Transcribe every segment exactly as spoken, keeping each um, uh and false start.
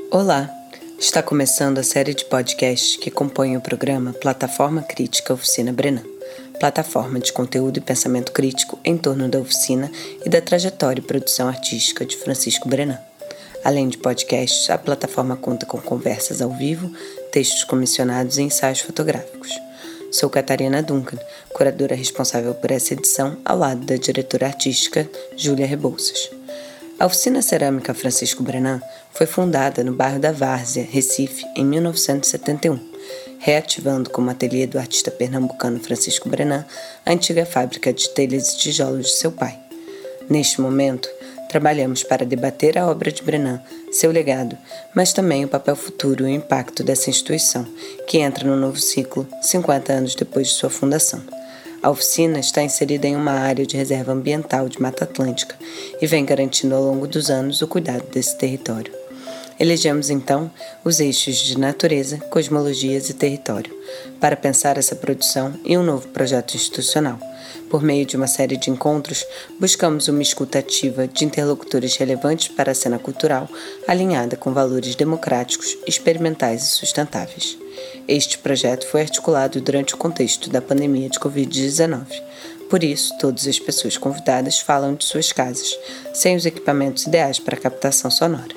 Olá! Está começando a série de podcasts que compõem o programa Plataforma Crítica Oficina Brenan, plataforma de conteúdo e pensamento crítico em torno da oficina e da trajetória e produção artística de Francisco Brenan. Além de podcasts, a plataforma conta com conversas ao vivo, textos comissionados e ensaios fotográficos. Sou Catarina Duncan, curadora responsável por essa edição, ao lado da diretora artística Júlia Rebouças. A Oficina Cerâmica Francisco Brenan foi fundada no bairro da Várzea, Recife, em mil novecentos e setenta e um, reativando como ateliê do artista pernambucano Francisco Brenan a antiga fábrica de telhas e tijolos de seu pai. Neste momento, trabalhamos para debater a obra de Brenan, seu legado, mas também o papel futuro e o impacto dessa instituição, que entra no novo ciclo, cinquenta anos depois de sua fundação. A oficina está inserida em uma área de reserva ambiental de Mata Atlântica e vem garantindo ao longo dos anos o cuidado desse território. Elegemos, então, os eixos de natureza, cosmologias e território, para pensar essa produção e um novo projeto institucional. Por meio de uma série de encontros, buscamos uma escuta ativa de interlocutores relevantes para a cena cultural, alinhada com valores democráticos, experimentais e sustentáveis. Este projeto foi articulado durante o contexto da pandemia de covid dezenove. Por isso, todas as pessoas convidadas falam de suas casas, sem os equipamentos ideais para a captação sonora.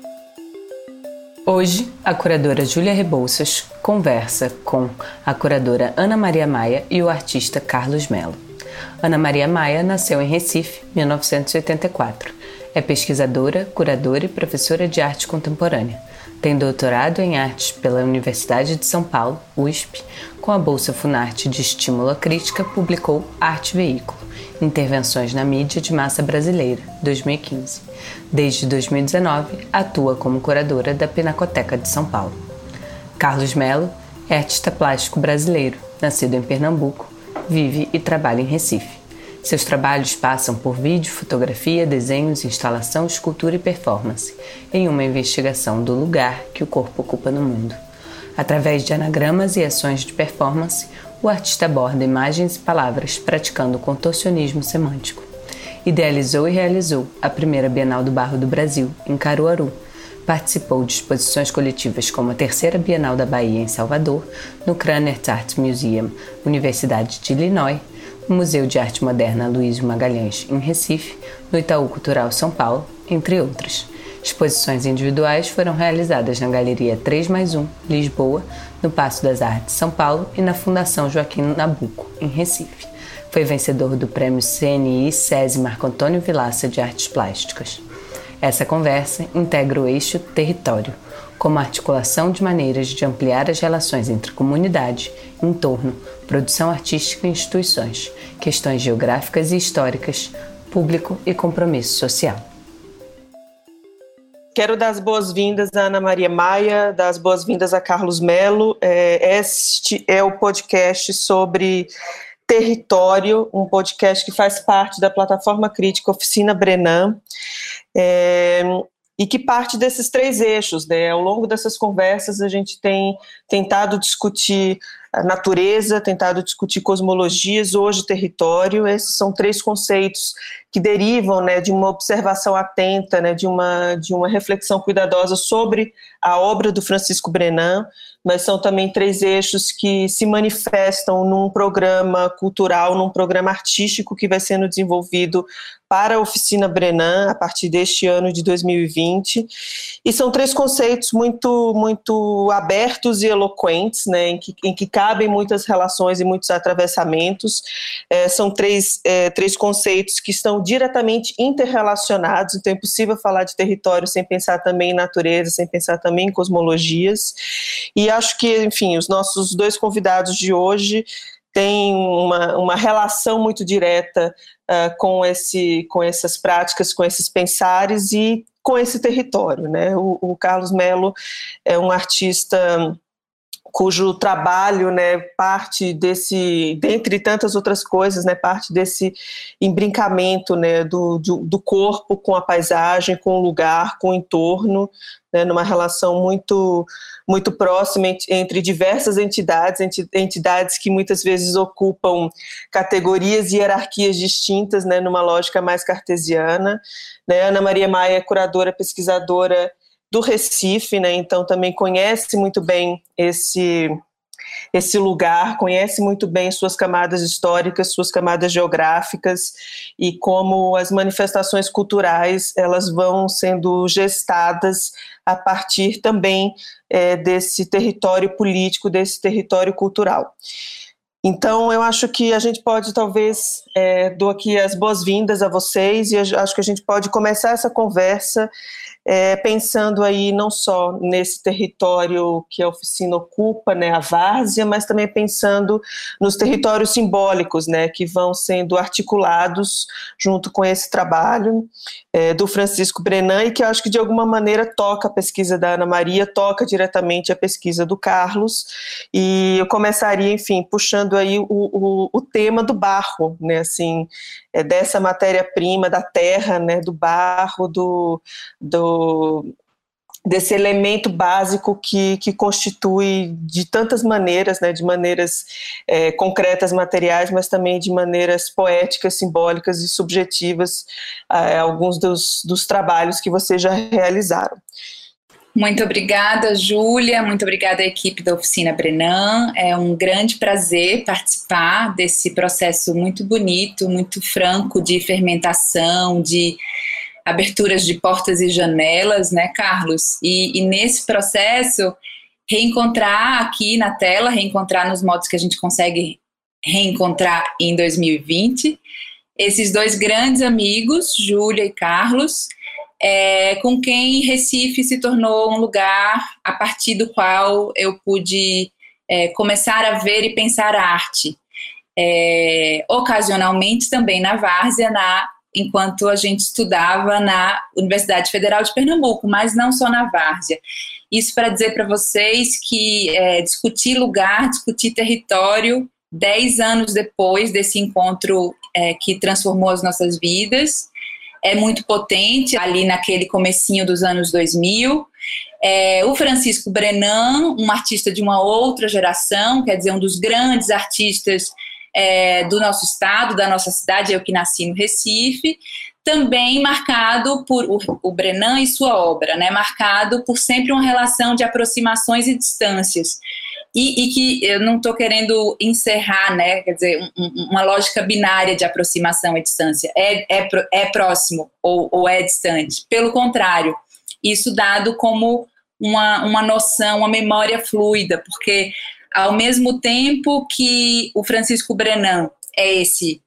Hoje, a curadora Júlia Rebouças conversa com a curadora Ana Maria Maia e o artista Carlos Melo. Ana Maria Maia nasceu em Recife, mil novecentos e oitenta e quatro. É pesquisadora, curadora e professora de arte contemporânea. Tem doutorado em artes pela Universidade de São Paulo, U S P. Com a Bolsa Funarte de Estímulo à Crítica, publicou Arte Veículo, Intervenções na Mídia de Massa Brasileira, dois mil e quinze. Desde dois mil e dezenove, atua como curadora da Pinacoteca de São Paulo. Carlos Melo é artista plástico brasileiro, nascido em Pernambuco, vive e trabalha em Recife. Seus trabalhos passam por vídeo, fotografia, desenhos, instalação, escultura e performance, em uma investigação do lugar que o corpo ocupa no mundo. Através de anagramas e ações de performance, o artista aborda imagens e palavras praticando contorcionismo semântico. Idealizou e realizou a primeira Bienal do Barro do Brasil, em Caruaru. Participou de exposições coletivas como a Terceira Bienal da Bahia, em Salvador, no Krannert Art Museum, Universidade de Illinois, no Museu de Arte Moderna Aloysio Magalhães, em Recife, no Itaú Cultural São Paulo, entre outras. Exposições individuais foram realizadas na Galeria três mais um, Lisboa, no Paço das Artes, São Paulo, e na Fundação Joaquim Nabuco, em Recife. Foi vencedor do Prêmio C N I SESI Marco Antônio Vilaça de Artes Plásticas. Essa conversa integra o eixo território, como articulação de maneiras de ampliar as relações entre comunidade, entorno, produção artística e instituições, questões geográficas e históricas, público e compromisso social. Quero dar as boas-vindas a Ana Maria Maia, dar as boas-vindas a Carlos Melo. Este é o podcast sobre território, um podcast que faz parte da plataforma crítica Oficina Brenan, é, e que parte desses três eixos, né? Ao longo dessas conversas a gente tem tentado discutir a natureza, tentado discutir cosmologias, hoje território. Esses são três conceitos que derivam, né, de uma observação atenta, né, de uma, de uma reflexão cuidadosa sobre a obra do Francisco Brenan, mas são também três eixos que se manifestam num programa cultural, num programa artístico que vai sendo desenvolvido para a Oficina Brenan a partir deste ano de dois mil e vinte, e são três conceitos muito, muito abertos e eloquentes, né, em que, em que cabem muitas relações e muitos atravessamentos. É, são três, é, três conceitos que estão diretamente interrelacionados, então é impossível falar de território sem pensar também em natureza, sem pensar também em cosmologias, e acho que, enfim, os nossos dois convidados de hoje têm uma, uma relação muito direta uh, com, esse, com essas práticas, com esses pensares e com esse território, né? O, o Carlos Melo é um artista cujo trabalho, né, parte desse, dentre tantas outras coisas, né, parte desse embrincamento, né, do, do, do corpo com a paisagem, com o lugar, com o entorno, né, numa relação muito, muito próxima entre diversas entidades, entidades que muitas vezes ocupam categorias e hierarquias distintas, né, numa lógica mais cartesiana. Né? Ana Maria Maia é curadora, pesquisadora do Recife, né? Então também conhece muito bem esse, esse lugar, conhece muito bem suas camadas históricas, suas camadas geográficas e como as manifestações culturais elas vão sendo gestadas a partir também é, desse território político, desse território cultural. Então, eu acho que a gente pode, talvez, é, dou aqui as boas-vindas a vocês e acho que a gente pode começar essa conversa é, pensando aí não só nesse território que a oficina ocupa, né, a várzea, mas também pensando nos territórios simbólicos, né, que vão sendo articulados junto com esse trabalho é, do Francisco Brenan e que eu acho que de alguma maneira toca a pesquisa da Ana Maria, toca diretamente a pesquisa do Carlos, e eu começaria, enfim, puxando aí o, o, o tema do barro, né, assim, é, dessa matéria-prima, da terra, né, do barro, do, do, desse elemento básico que, que constitui de tantas maneiras, né, de maneiras é, concretas, materiais, mas também de maneiras poéticas, simbólicas e subjetivas, é, alguns dos, dos trabalhos que vocês já realizaram. Muito obrigada, Júlia, muito obrigada à equipe da Oficina Brenan, é um grande prazer participar desse processo muito bonito, muito franco de fermentação, de aberturas de portas e janelas, né, Carlos? E, e nesse processo, reencontrar aqui na tela, reencontrar nos modos que a gente consegue reencontrar em dois mil e vinte, esses dois grandes amigos, Júlia e Carlos, É, com quem Recife se tornou um lugar a partir do qual eu pude é, começar a ver e pensar a arte. É, ocasionalmente também na várzea, na, enquanto a gente estudava na Universidade Federal de Pernambuco, mas não só na várzea. Isso para dizer para vocês que é, discutir lugar, discutir território, dez anos depois desse encontro é, que transformou as nossas vidas, é muito potente, ali naquele comecinho dos anos dois mil. É, o Francisco Brenan, um artista de uma outra geração, quer dizer, um dos grandes artistas é, do nosso estado, da nossa cidade, eu que nasci no Recife, também marcado por o, o Brenan e sua obra, né, marcado por sempre uma relação de aproximações e distâncias. E, e que eu não estou querendo encerrar, né, quer dizer, um, uma lógica binária de aproximação e distância, é, é, é próximo ou, ou é distante. Pelo contrário, isso dado como uma, uma noção, uma memória fluida, porque ao mesmo tempo que o Francisco Brenan é esse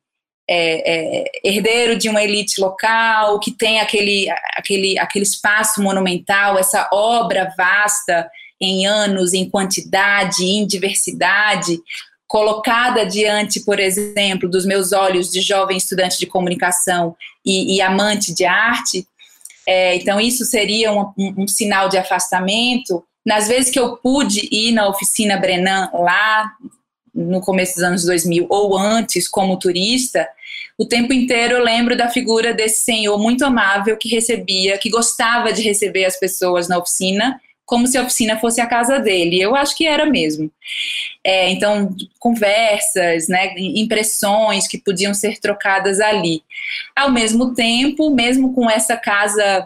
é, é, herdeiro de uma elite local, que tem aquele, aquele, aquele espaço monumental, essa obra vasta, em anos, em quantidade, em diversidade, colocada diante, por exemplo, dos meus olhos de jovem estudante de comunicação e, e amante de arte, é, então isso seria um, um, um sinal de afastamento. Nas vezes que eu pude ir na Oficina Brenan lá, no começo dos anos dois mil, ou antes, como turista, o tempo inteiro eu lembro da figura desse senhor muito amável que recebia, que gostava de receber as pessoas na oficina, como se a oficina fosse a casa dele. Eu acho que era mesmo. É, então, conversas, né, impressões que podiam ser trocadas ali. Ao mesmo tempo, mesmo com essa casa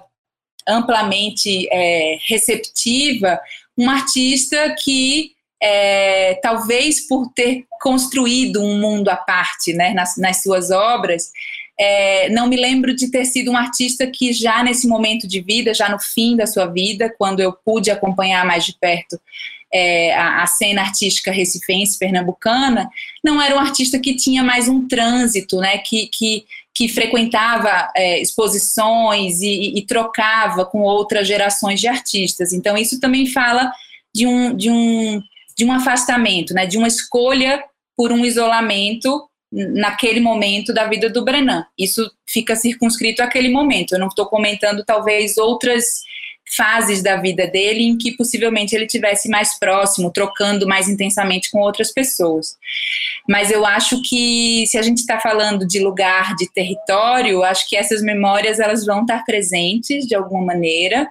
amplamente é, receptiva, um artista que, é, talvez por ter construído um mundo à parte, né, nas, nas suas obras, É, não me lembro de ter sido um artista que já nesse momento de vida, já no fim da sua vida, quando eu pude acompanhar mais de perto é, a, a cena artística recifense, pernambucana, não era um artista que tinha mais um trânsito, né, que, que, que frequentava é, exposições e, e trocava com outras gerações de artistas. Então isso também fala de um, de um, de um afastamento, né, de uma escolha por um isolamento naquele momento da vida do Brenan. Isso fica circunscrito àquele momento. Eu não estou comentando talvez outras fases da vida dele em que possivelmente ele tivesse mais próximo, trocando mais intensamente com outras pessoas. Mas eu acho que se a gente está falando de lugar, de território, acho que essas memórias elas vão estar presentes de alguma maneira.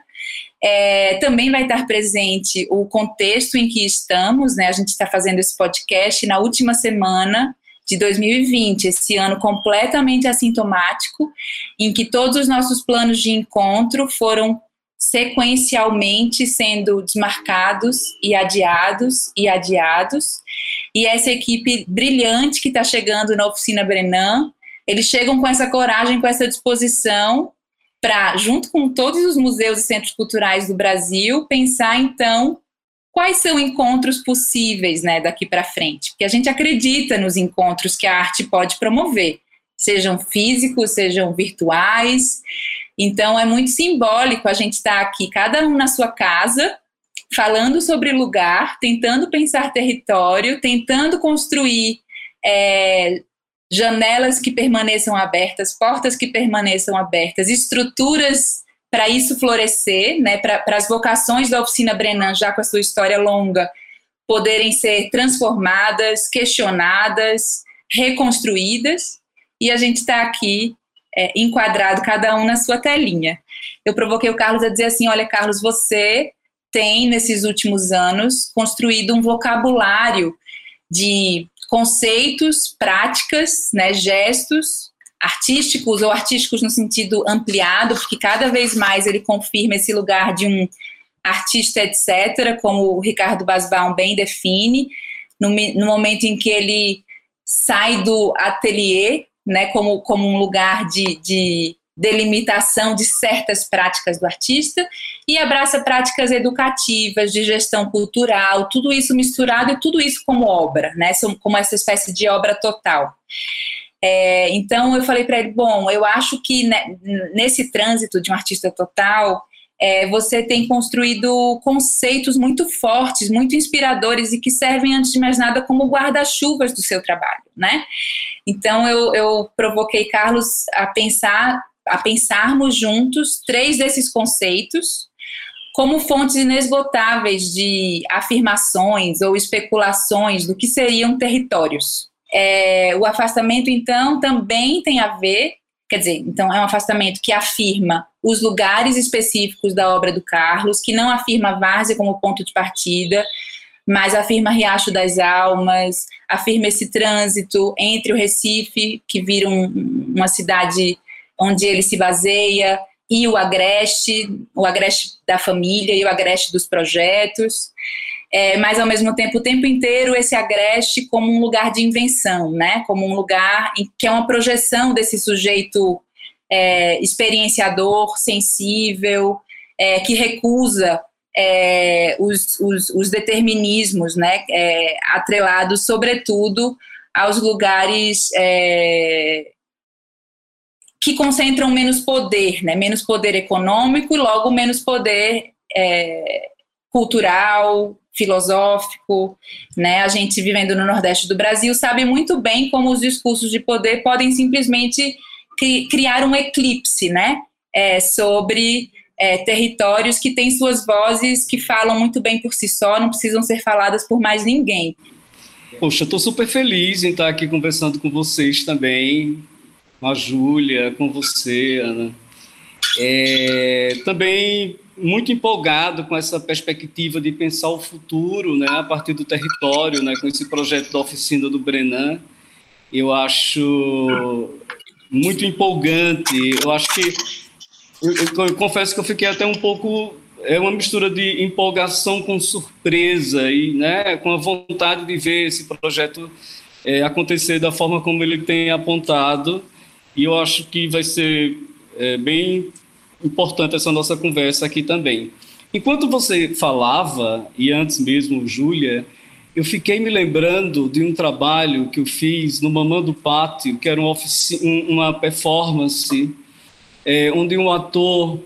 É, também vai estar presente o contexto em que estamos, né? A gente está fazendo esse podcast na última semana de dois mil e vinte, esse ano completamente assintomático, em que todos os nossos planos de encontro foram sequencialmente sendo desmarcados e adiados e adiados. E essa equipe brilhante que está chegando na Oficina Brenan, eles chegam com essa coragem, com essa disposição para, junto com todos os museus e centros culturais do Brasil, pensar, então, quais são encontros possíveis, né, daqui para frente. Porque a gente acredita nos encontros que a arte pode promover, sejam físicos, sejam virtuais. Então, é muito simbólico a gente estar aqui, cada um na sua casa, falando sobre lugar, tentando pensar território, tentando construir é, janelas que permaneçam abertas, portas que permaneçam abertas, estruturas para isso florescer, né, para as vocações da Oficina Brenan, já com a sua história longa, poderem ser transformadas, questionadas, reconstruídas, e a gente está aqui é, enquadrado, cada um na sua telinha. Eu provoquei o Carlos a dizer assim, olha, Carlos, você tem, nesses últimos anos, construído um vocabulário de conceitos, práticas, né, gestos artísticos ou artísticos no sentido ampliado, porque cada vez mais ele confirma esse lugar de um artista, etcétera, como o Ricardo Basbaum bem define, no, no momento em que ele sai do ateliê, né, como, como um lugar de, de delimitação de certas práticas do artista, e abraça práticas educativas, de gestão cultural, tudo isso misturado e tudo isso como obra, né, como essa espécie de obra total. É, então eu falei para ele, bom, eu acho que né, nesse trânsito de um artista total, é, você tem construído conceitos muito fortes, muito inspiradores e que servem, antes de mais nada, como guarda-chuvas do seu trabalho, né? Então eu, eu provoquei Carlos a pensar, a pensarmos juntos três desses conceitos como fontes inesgotáveis de afirmações ou especulações do que seriam territórios. É, o afastamento, então, também tem a ver, quer dizer, então é um afastamento que afirma os lugares específicos da obra do Carlos, que não afirma a várzea como ponto de partida, mas afirma Riacho das Almas, afirma esse trânsito entre o Recife, que vira um, uma cidade onde ele se baseia, e o Agreste, o Agreste da família e o Agreste dos projetos, é, mas ao mesmo tempo, o tempo inteiro, esse Agreste como um lugar de invenção, né? Como um lugar em, que é uma projeção desse sujeito é, experienciador, sensível, é, que recusa é, os, os, os determinismos, né? É, atrelados, sobretudo, aos lugares é, que concentram menos poder, né? Menos poder econômico e logo menos poder é, cultural, filosófico, né? A gente vivendo no Nordeste do Brasil sabe muito bem como os discursos de poder podem simplesmente cri- criar um eclipse, né? É, sobre é, territórios que têm suas vozes que falam muito bem por si só, não precisam ser faladas por mais ninguém. Poxa, estou super feliz em estar aqui conversando com vocês também, com a Júlia, com você, Ana. É, também muito empolgado com essa perspectiva de pensar o futuro, né, a partir do território, né, com esse projeto da Oficina do Brenan. Eu acho muito empolgante. Eu acho que, eu, eu, eu confesso que eu fiquei até um pouco, é uma mistura de empolgação com surpresa e, né, com a vontade de ver esse projeto é, acontecer da forma como ele tem apontado. E eu acho que vai ser é, bem importante essa nossa conversa aqui também. Enquanto você falava, e antes mesmo, Júlia, eu fiquei me lembrando de um trabalho que eu fiz no Mamã do Pátio, que era uma, ofici- uma performance é, onde um ator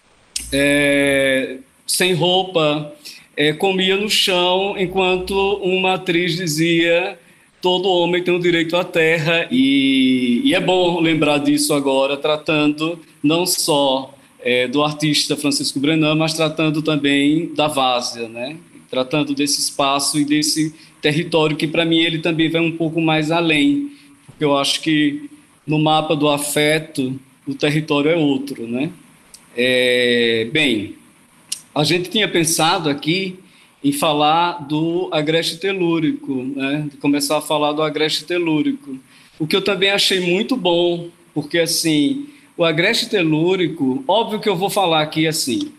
é, sem roupa é, comia no chão, enquanto uma atriz dizia: todo homem tem o direito à terra. E, e é bom lembrar disso agora, tratando não só é, do artista Francisco Brenan, mas tratando também da várzea, né? Tratando desse espaço e desse território que, para mim, ele também vai um pouco mais além, porque eu acho que no mapa do afeto o território é outro, né? É, bem, a gente tinha pensado aqui em falar do agreste telúrico, né? De começar a falar do agreste telúrico, o que eu também achei muito bom, porque assim, o agreste telúrico, óbvio que eu vou falar aqui assim,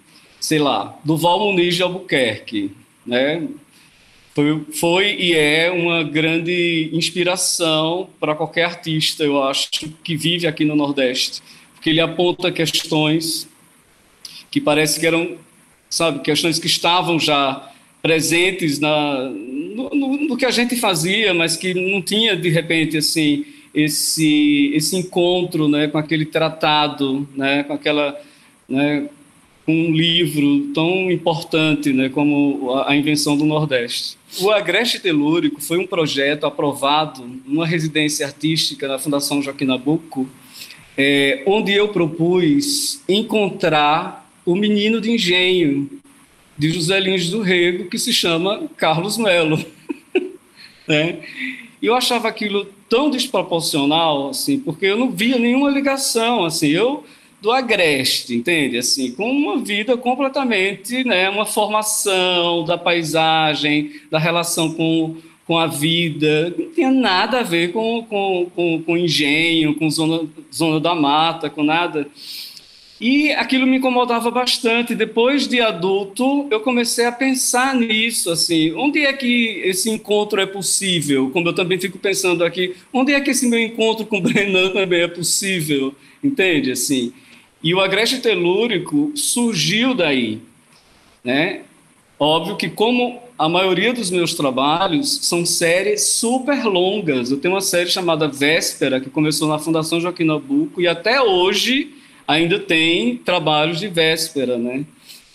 sei lá, Duval Muniz de Albuquerque, né? Foi, foi e é uma grande inspiração para qualquer artista, eu acho, que vive aqui no Nordeste, porque ele aponta questões que parece que eram, sabe, questões que estavam já presentes na, no, no, no que a gente fazia, mas que não tinha, de repente, assim, esse, esse encontro, né, com aquele tratado, né, com aquela... Né, um livro tão importante, né, como a, a Invenção do Nordeste. O Agreste Telúrico foi um projeto aprovado numa residência artística na Fundação Joaquim Nabuco, é, onde eu propus encontrar o menino de engenho de José Lins do Rego, que se chama Carlos Melo. Né? E eu achava aquilo tão desproporcional, assim, porque eu não via nenhuma ligação, assim, eu do Agreste, entende? Assim, com uma vida completamente, né, uma formação da paisagem, da relação com, com a vida, não tinha nada a ver com, com, com, com engenho, com zona, zona da mata, com nada. E aquilo me incomodava bastante. Depois de adulto, eu comecei a pensar nisso, assim, onde é que esse encontro é possível? Como eu também fico pensando aqui, onde é que esse meu encontro com o Brenan também é possível? Entende? Assim, e o Agreste Telúrico surgiu daí, né? Óbvio que, como a maioria dos meus trabalhos são séries super longas, eu tenho uma série chamada Véspera, que começou na Fundação Joaquim Nabuco, e até hoje ainda tem trabalhos de véspera, né?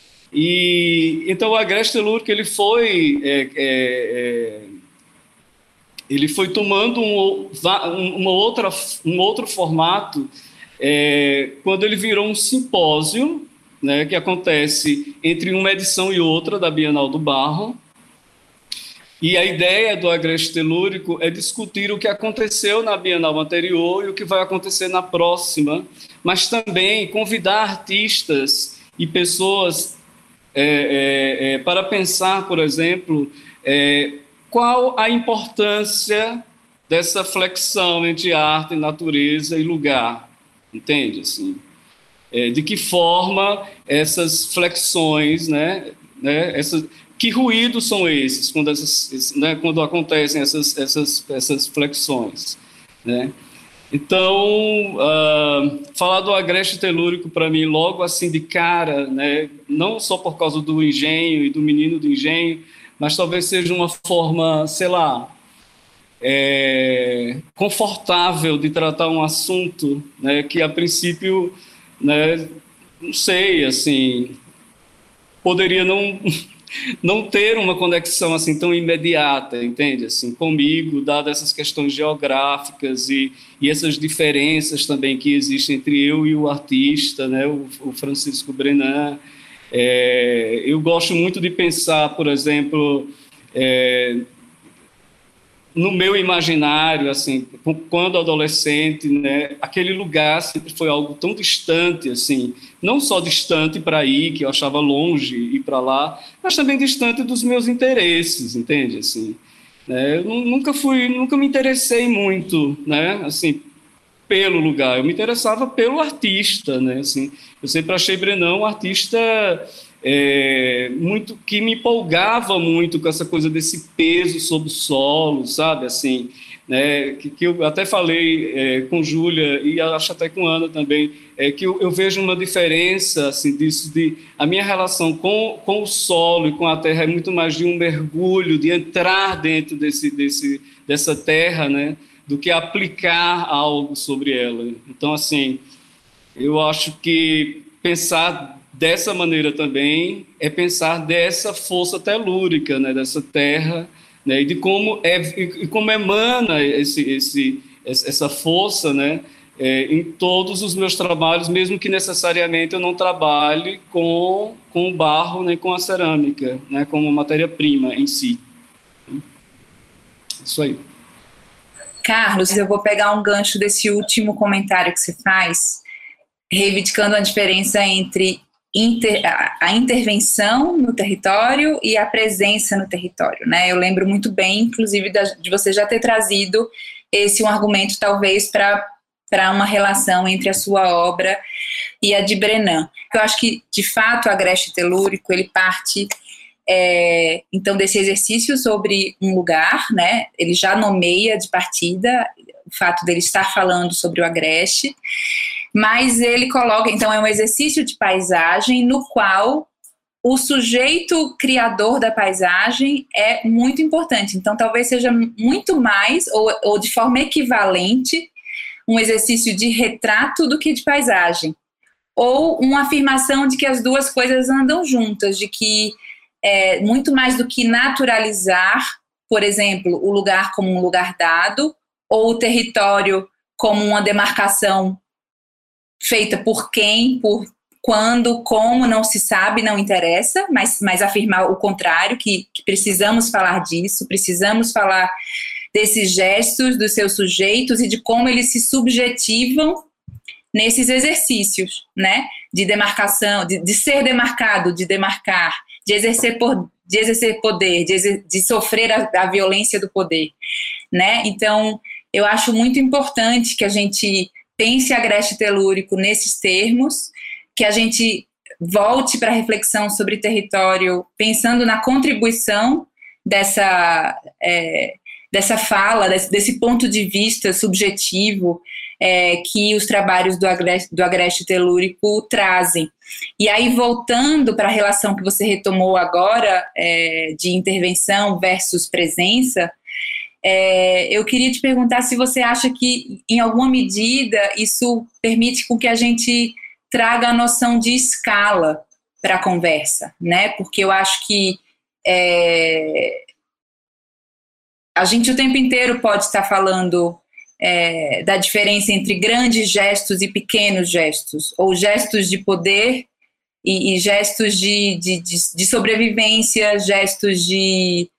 E então o Agreste Telúrico, ele foi é, é, é, ele foi tomando um, uma outra, um outro formato é, quando ele virou um simpósio, né, que acontece entre uma edição e outra da Bienal do Barro. E a ideia do Agreste Telúrico é discutir o que aconteceu na Bienal anterior e o que vai acontecer na próxima, mas também convidar artistas e pessoas é, é, é, para pensar, por exemplo, é, qual a importância dessa flexão entre arte, natureza e lugar, entende? Assim, é, de que forma essas flexões, né, né, essas... Que ruídos são esses quando, essas, né, quando acontecem essas, essas, essas flexões? Né? Então, uh, falar do Agreste Telúrico, para mim, logo assim de cara, né, não só por causa do engenho e do menino do engenho, mas talvez seja uma forma, sei lá, é, confortável de tratar um assunto, né, que, a princípio, né, não sei, assim, poderia não... não ter uma conexão assim tão imediata, entende? Assim, comigo, dadas essas questões geográficas e, e essas diferenças também que existem entre eu e o artista, né, o, o Francisco Brenan. É, eu gosto muito de pensar, por exemplo, é, no meu imaginário, assim, quando adolescente, né, aquele lugar sempre foi algo tão distante, assim, não só distante para ir, que eu achava longe ir para lá, mas também distante dos meus interesses, entende? Assim, né, eu nunca fui, nunca me interessei muito, né, assim, pelo lugar. Eu me interessava pelo artista, né, assim, eu sempre achei Brenan um artista É, muito, que me empolgava muito com essa coisa desse peso sobre o solo, sabe, assim, né, que, que eu até falei é, com Júlia e acho até com Ana também, é, que eu, eu vejo uma diferença, assim, disso, de a minha relação com, com o solo e com a terra é muito mais de um mergulho, de entrar dentro desse, desse, dessa terra, né, do que aplicar algo sobre ela. Então, assim, eu acho que pensar dessa maneira também é pensar dessa força telúrica, né, dessa terra, né, e de como é e como emana esse, esse, essa força, né, é, em todos os meus trabalhos, mesmo que necessariamente eu não trabalhe com com o barro nem com a cerâmica, né, como matéria-prima em si. Isso aí. Carlos, eu vou pegar um gancho desse último comentário que você faz, reivindicando a diferença entre Inter, a intervenção no território e a presença no território, né? Eu lembro muito bem, inclusive, da, de você já ter trazido esse um argumento, talvez, para para uma relação entre a sua obra e a de Brenan. Eu acho que, de fato, o agreste telúrico, ele parte, é, então, desse exercício sobre um lugar, né? Ele já nomeia de partida o fato dele estar falando sobre o agreste, mas ele coloca, então, é um exercício de paisagem no qual o sujeito criador da paisagem é muito importante. Então, talvez seja muito mais, ou, ou de forma equivalente, um exercício de retrato do que de paisagem. Ou uma afirmação de que as duas coisas andam juntas, de que é, muito mais do que naturalizar, por exemplo, o lugar como um lugar dado, ou o território como uma demarcação feita por quem, por quando, como, não se sabe, não interessa, mas, mas afirmar o contrário, que, que precisamos falar disso, precisamos falar desses gestos, dos seus sujeitos e de como eles se subjetivam nesses exercícios, né, de demarcação, de, de ser demarcado, de demarcar, de exercer, por, de exercer poder, de, exer, de sofrer a, a violência do poder, né. Então, eu acho muito importante que a gente pense agreste telúrico nesses termos, que a gente volte para a reflexão sobre território, pensando na contribuição dessa, é, dessa fala, desse, desse ponto de vista subjetivo é, que os trabalhos do agreste, do agreste telúrico trazem. E aí, voltando para a relação que você retomou agora, é, de intervenção versus presença, é, eu queria te perguntar se você acha que, em alguma medida, isso permite com que a gente traga a noção de escala para a conversa, né? Porque eu acho que é, a gente o tempo inteiro pode estar falando é, da diferença entre grandes gestos e pequenos gestos, ou gestos de poder e, e gestos de, de, de, de sobrevivência, gestos de,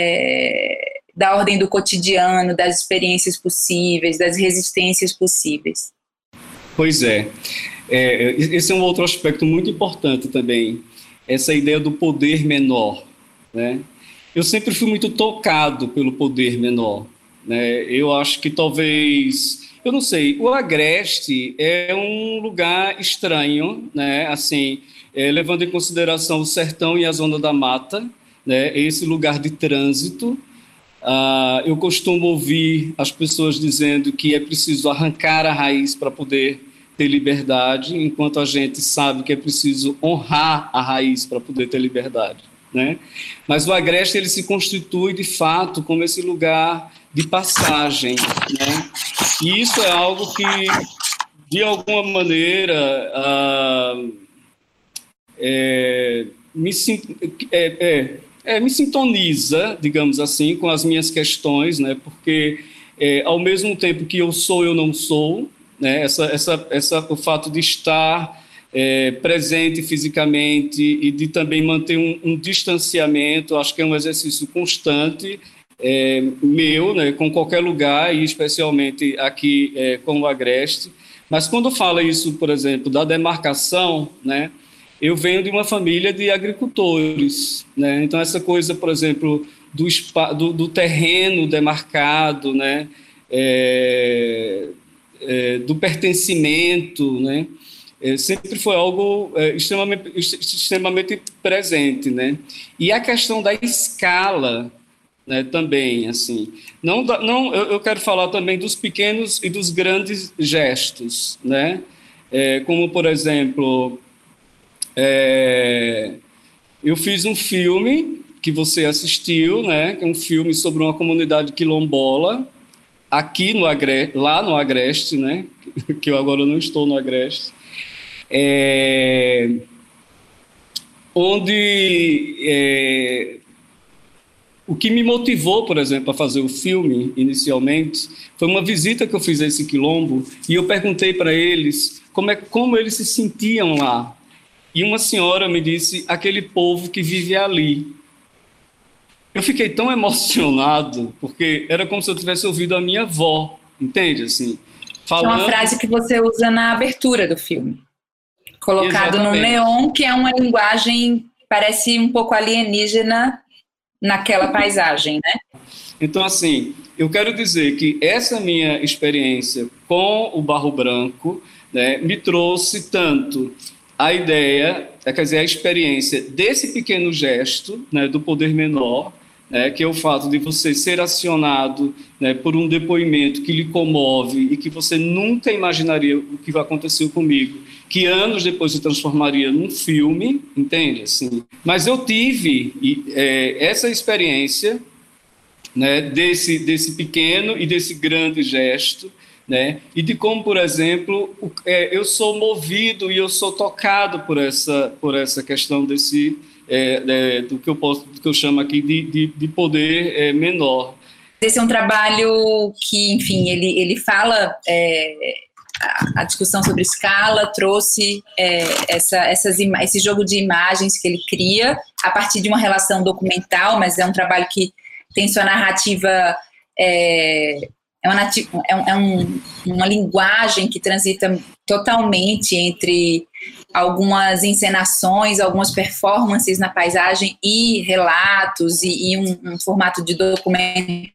é, da ordem do cotidiano, das experiências possíveis, das resistências possíveis. Pois é. É, esse é um outro aspecto muito importante também, essa ideia do poder menor, né? Eu sempre fui muito tocado pelo poder menor, né? Eu acho que talvez, eu não sei, o Agreste é um lugar estranho, né? Assim, é, levando em consideração o sertão e a zona da mata, né? Esse lugar de trânsito. Uh, eu costumo ouvir as pessoas dizendo que é preciso arrancar a raiz para poder ter liberdade, enquanto a gente sabe que é preciso honrar a raiz para poder ter liberdade, né? Mas o Agreste, ele se constitui, de fato, como esse lugar de passagem, né? E isso é algo que, de alguma maneira, uh, é, me, é, é, é, me sintoniza, digamos assim, com as minhas questões, né? Porque, é, ao mesmo tempo que eu sou, eu não sou, né? Essa, essa, essa, o fato de estar é, presente fisicamente e de também manter um, um distanciamento, acho que é um exercício constante, é, meu, né, com qualquer lugar, e especialmente aqui é, com o Agreste. Mas quando fala isso, por exemplo, da demarcação, né, eu venho de uma família de agricultores, né? Então essa coisa, por exemplo, do, do, do terreno demarcado, né, é, É, do pertencimento, né? É, sempre foi algo é, extremamente, extremamente presente, né? E a questão da escala, né, também, assim, não, não, eu, eu quero falar também dos pequenos e dos grandes gestos, né? É, como, por exemplo, é, eu fiz um filme que você assistiu, né? Que é um filme sobre uma comunidade quilombola, aqui no Agreste, lá no Agreste, né, que eu agora não estou no Agreste, é, onde é, o que me motivou, por exemplo, a fazer o filme, inicialmente, foi uma visita que eu fiz a esse quilombo, e eu perguntei para eles como, é, como eles se sentiam lá, e uma senhora me disse, aquele povo que vive ali. Eu fiquei tão emocionado, porque era como se eu tivesse ouvido a minha avó, entende? Assim, falando... É uma frase que você usa na abertura do filme, colocado Exatamente. No neon, que é uma linguagem, parece um pouco alienígena naquela paisagem, né? Então, assim, eu quero dizer que essa minha experiência com o Barro Branco né, me trouxe tanto a ideia, quer dizer, a experiência desse pequeno gesto, né, do poder menor, né, que é o fato de você ser acionado, né, por um depoimento que lhe comove e que você nunca imaginaria o que vai acontecer comigo, que anos depois se transformaria num filme, entende? Assim, mas eu tive é, essa experiência, né, desse, desse pequeno e desse grande gesto, né, e de como, por exemplo, o, é, eu sou movido e eu sou tocado por essa, por essa questão desse, é, é, do, que eu posso, do que eu chamo aqui de, de, de poder é, menor. Esse é um trabalho que, enfim, ele, ele fala... É, a, a discussão sobre escala trouxe é, essa, essas, esse jogo de imagens que ele cria a partir de uma relação documental, mas é um trabalho que tem sua narrativa... É, É, uma, é, um, é um, uma linguagem que transita totalmente entre algumas encenações, algumas performances na paisagem e relatos e, e um, um formato de documentário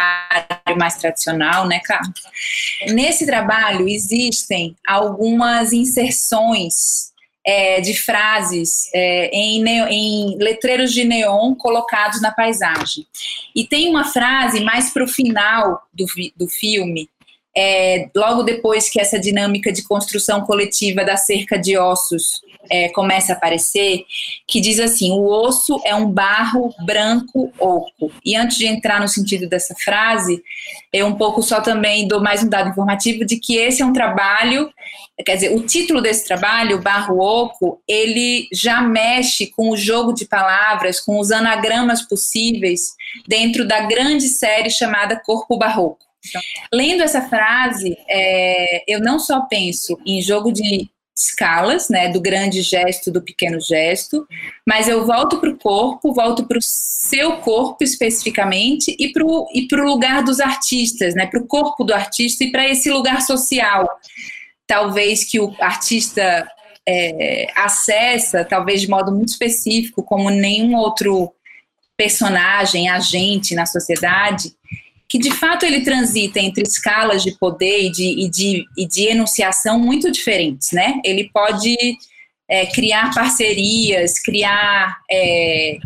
mais tradicional, né, Carlos? Nesse trabalho existem algumas inserções É, de frases é, em, em letreiros de neon colocados na paisagem. E tem uma frase mais para o final do, do filme, é, logo depois que essa dinâmica de construção coletiva da cerca de ossos é, começa a aparecer, que diz assim: o osso é um barro branco oco. E antes de entrar no sentido dessa frase, eu um pouco só também dou mais um dado informativo de que esse é um trabalho, quer dizer, o título desse trabalho, Barro Oco, ele já mexe com o jogo de palavras, com os anagramas possíveis dentro da grande série chamada Corpo Barroco. Então, lendo essa frase, é, eu não só penso em jogo de escalas, né, do grande gesto, do pequeno gesto, mas eu volto para o corpo, volto para o seu corpo especificamente e para o e para o lugar dos artistas, né, para o corpo do artista e para esse lugar social, talvez que o artista é, acessa, talvez de modo muito específico, como nenhum outro personagem, agente na sociedade, que de fato ele transita entre escalas de poder e de, e de, e de enunciação muito diferentes, né? Ele pode é, criar parcerias, criar é,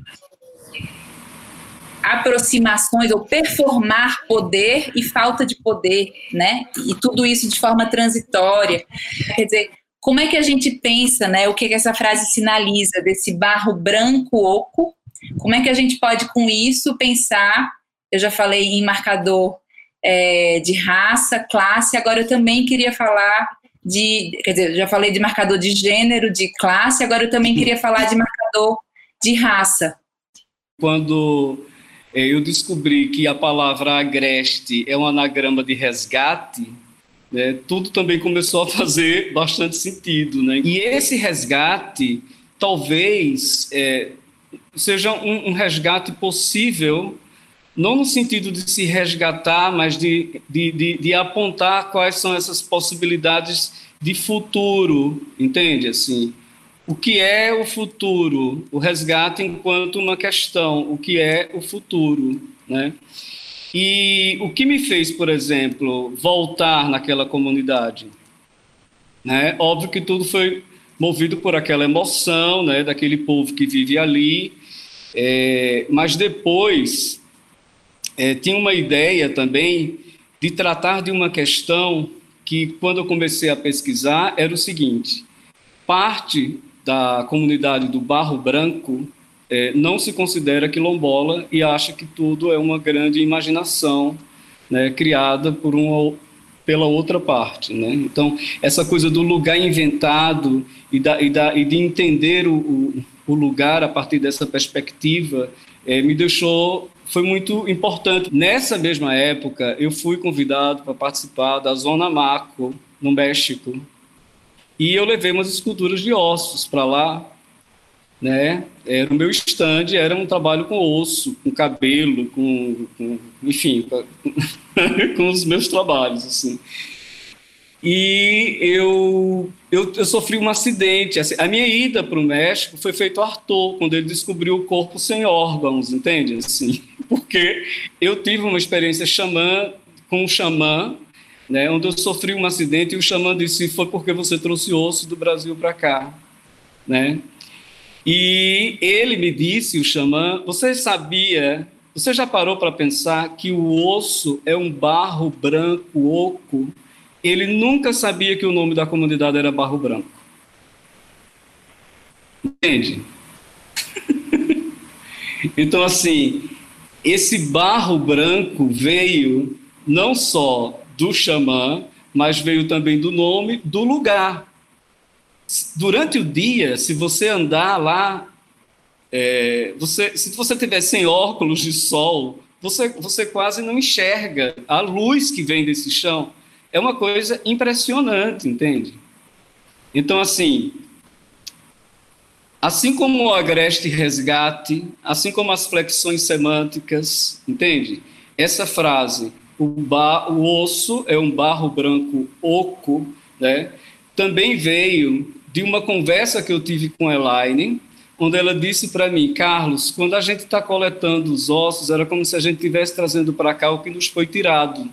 aproximações ou performar poder e falta de poder, né? E tudo isso de forma transitória. Quer dizer, como é que a gente pensa, né? O que, que essa frase sinaliza desse barro branco oco? Como é que a gente pode, com isso, pensar... Eu já falei em marcador é, de raça, classe, agora eu também queria falar de... Quer dizer, eu já falei de marcador de gênero, de classe, agora eu também queria falar de marcador de raça. Quando é, eu descobri que a palavra agreste é um anagrama de resgate, né, tudo também começou a fazer bastante sentido, né? E esse resgate talvez é, seja um, um resgate possível, não no sentido de se resgatar, mas de, de, de, de apontar quais são essas possibilidades de futuro, entende? Assim, o que é o futuro? O resgate enquanto uma questão, o que é o futuro, né? E o que me fez, por exemplo, voltar naquela comunidade? Né? Óbvio que tudo foi movido por aquela emoção, né, daquele povo que vive ali, é, mas depois... É, tinha uma ideia também de tratar de uma questão que, quando eu comecei a pesquisar, era o seguinte: parte da comunidade do Barro Branco é, não se considera quilombola e acha que tudo é uma grande imaginação, né, criada por uma, pela outra parte, né? Então, essa coisa do lugar inventado e, da, e, da, e de entender o, o, o lugar a partir dessa perspectiva é, me deixou... foi muito importante. Nessa mesma época, eu fui convidado para participar da Zona Maco, no México, e eu levei umas esculturas de ossos para lá, né? Era o meu stand, era um trabalho com osso, com cabelo, com, com enfim, com, com os meus trabalhos, assim. E eu, eu, eu sofri um acidente. Assim, a minha ida para o México foi feito Arthur, quando ele descobriu o corpo sem órgãos, entende? Assim, porque eu tive uma experiência xamã, com um xamã, né, onde eu sofri um acidente e o xamã disse, foi porque você trouxe osso do Brasil para cá, né? E ele me disse, o xamã, você sabia, você já parou para pensar que o osso é um barro branco oco? Ele nunca sabia que o nome da comunidade era Barro Branco. Entende? Então, assim, esse barro branco veio não só do xamã, mas veio também do nome do lugar. Durante o dia, se você andar lá, é, você, se você tiver sem óculos de sol, você, você quase não enxerga a luz que vem desse chão. É uma coisa impressionante, entende? Então, assim, assim como o agreste resgate, assim como as flexões semânticas, entende? Essa frase, o, bar, o osso é um barro branco oco, né? Também veio de uma conversa que eu tive com a Elaine, onde ela disse para mim, Carlos, quando a gente está coletando os ossos, era como se a gente estivesse trazendo para cá o que nos foi tirado.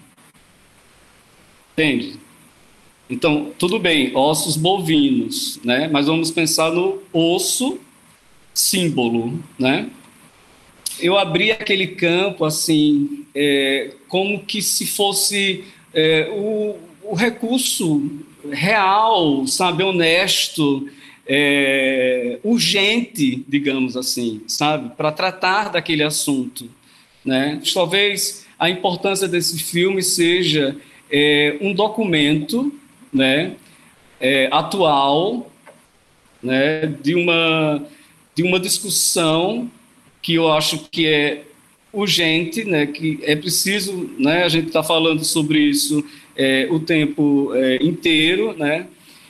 Entende? Então, tudo bem, ossos bovinos, né? Mas vamos pensar no osso símbolo, né? Eu abri aquele campo, assim, é, como que se fosse é, o, o recurso real, sabe, honesto, é, urgente, digamos assim, sabe, para tratar daquele assunto, né? Talvez a importância desse filme seja é, um documento, né, é, atual, né, de uma de uma discussão que eu acho que é urgente, né, que é preciso, né, a gente está falando sobre isso é, o tempo é, inteiro, né,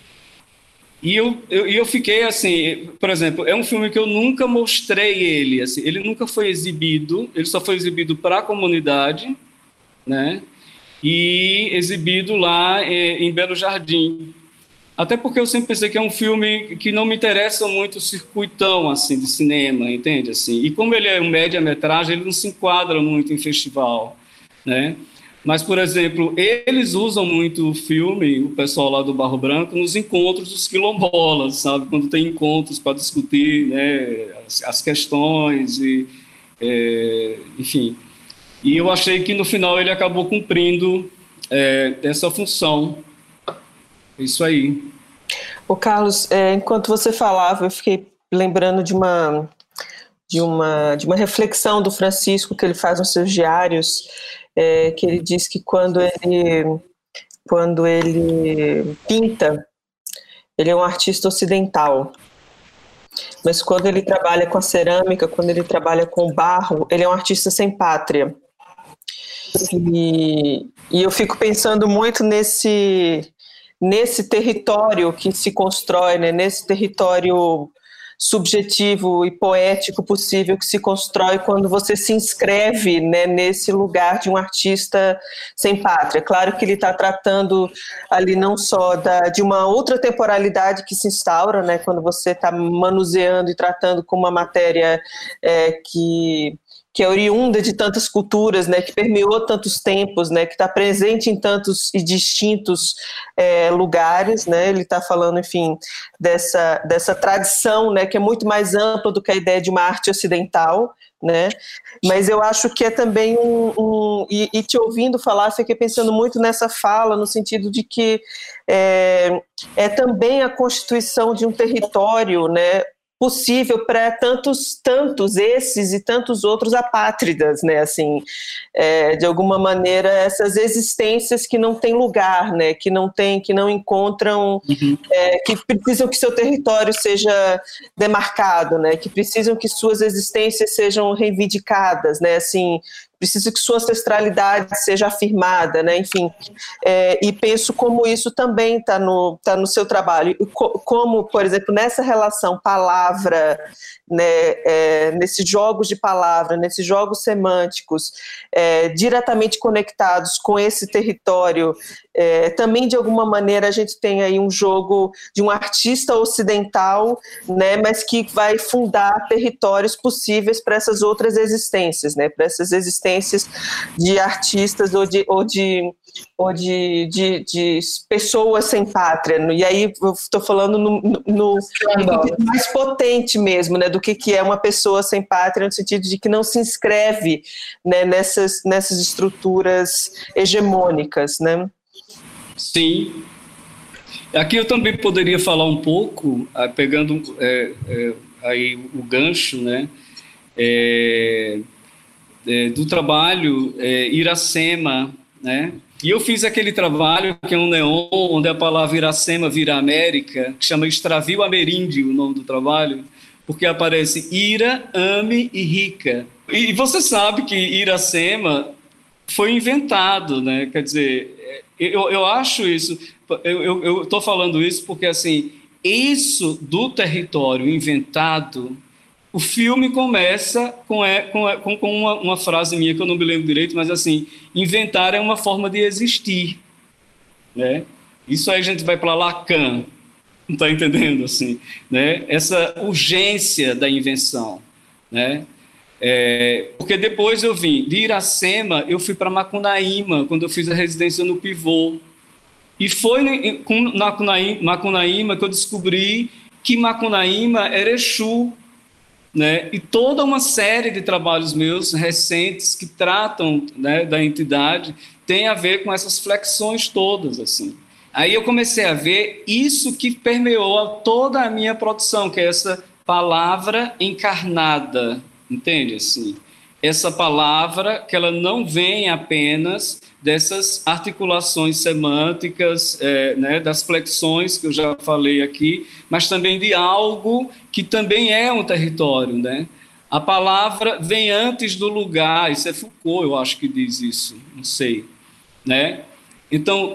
e eu, eu, eu fiquei assim, por exemplo, é um filme que eu nunca mostrei ele, assim, ele nunca foi exibido, ele só foi exibido para a comunidade, né, e exibido lá é, em Belo Jardim. Até porque eu sempre pensei que é um filme que não me interessa muito o circuitão assim, de cinema, entende? Assim, e como ele é um média-metragem, ele não se enquadra muito em festival, né? Mas, por exemplo, eles usam muito o filme, o pessoal lá do Barro Branco, nos encontros dos quilombolas, sabe? Quando tem encontros para discutir, né, as, as questões, e, é, enfim. E eu achei que, no final, ele acabou cumprindo é, essa função. Isso aí. Ô Carlos, é, enquanto você falava, eu fiquei lembrando de uma, de, uma, de uma reflexão do Francisco que ele faz nos seus diários, é, que ele diz que quando ele, quando ele pinta, ele é um artista ocidental, mas quando ele trabalha com a cerâmica, quando ele trabalha com o barro, ele é um artista sem pátria. E, e eu fico pensando muito nesse... nesse território que se constrói, né, nesse território subjetivo e poético possível que se constrói quando você se inscreve, né, nesse lugar de um artista sem pátria. Claro que ele está tratando ali não só da, de uma outra temporalidade que se instaura, né, quando você está manuseando e tratando com uma matéria é, que... que é oriunda de tantas culturas, né, que permeou tantos tempos, né, que está presente em tantos e distintos é, lugares, né, ele está falando, enfim, dessa, dessa tradição, né, que é muito mais ampla do que a ideia de uma arte ocidental, né, mas eu acho que é também um, um e, e te ouvindo falar, fiquei pensando muito nessa fala, no sentido de que é, é também a constituição de um território, né, possível para tantos, tantos esses e tantos outros apátridas, né, assim, é, de alguma maneira essas existências que não têm lugar, né, que não tem, que não encontram, uhum. é, que precisam que seu território seja demarcado, né, que precisam que suas existências sejam reivindicadas, né, assim, precisa que sua ancestralidade seja afirmada, né? Enfim, é, e penso como isso também está no, tá no seu trabalho, como, por exemplo, nessa relação palavra, né, é, nesses jogos de palavra, nesses jogos semânticos, é, diretamente conectados com esse território É, também, de alguma maneira, a gente tem aí um jogo de um artista ocidental, né, mas que vai fundar territórios possíveis para essas outras existências, né, para essas existências de artistas ou de, ou de, ou de, de, de pessoas sem pátria. E aí eu estou falando no, no, no, no mais potente mesmo, né, do que, que é uma pessoa sem pátria, no sentido de que não se inscreve, né, nessas, nessas estruturas hegemônicas, né? Sim. Aqui eu também poderia falar um pouco, pegando é, é, aí o gancho, né, é, é, do trabalho é, Iracema, né, e eu fiz aquele trabalho que é um neon, onde a palavra Iracema vira América, que chama Extravio Ameríndio, o nome do trabalho, porque aparece Ira, Ame e Rica. E você sabe que Iracema foi inventado, né, quer dizer... Eu, eu acho isso, eu estou falando isso porque, assim, isso do território inventado, o filme começa com, é, com, com uma, uma frase minha que eu não me lembro direito, mas, assim, inventar é uma forma de existir, né? Isso aí a gente vai para Lacan, não está entendendo, assim, né? Essa urgência da invenção, né? É, porque depois eu vim de Iracema, eu fui para Macunaíma, quando eu fiz a residência no Pivô. E foi na Macunaíma que eu descobri que Macunaíma era Exu, né? E toda uma série de trabalhos meus recentes que tratam, né, da entidade tem a ver com essas flexões todas, assim. Aí eu comecei a ver isso que permeou toda a minha produção, que é essa palavra encarnada. Entende, assim? Essa palavra que ela não vem apenas dessas articulações semânticas, é, né, das flexões que eu já falei aqui, mas também de algo que também é um território, né? A palavra vem antes do lugar, isso é Foucault, eu acho que diz isso, não sei, né? Então,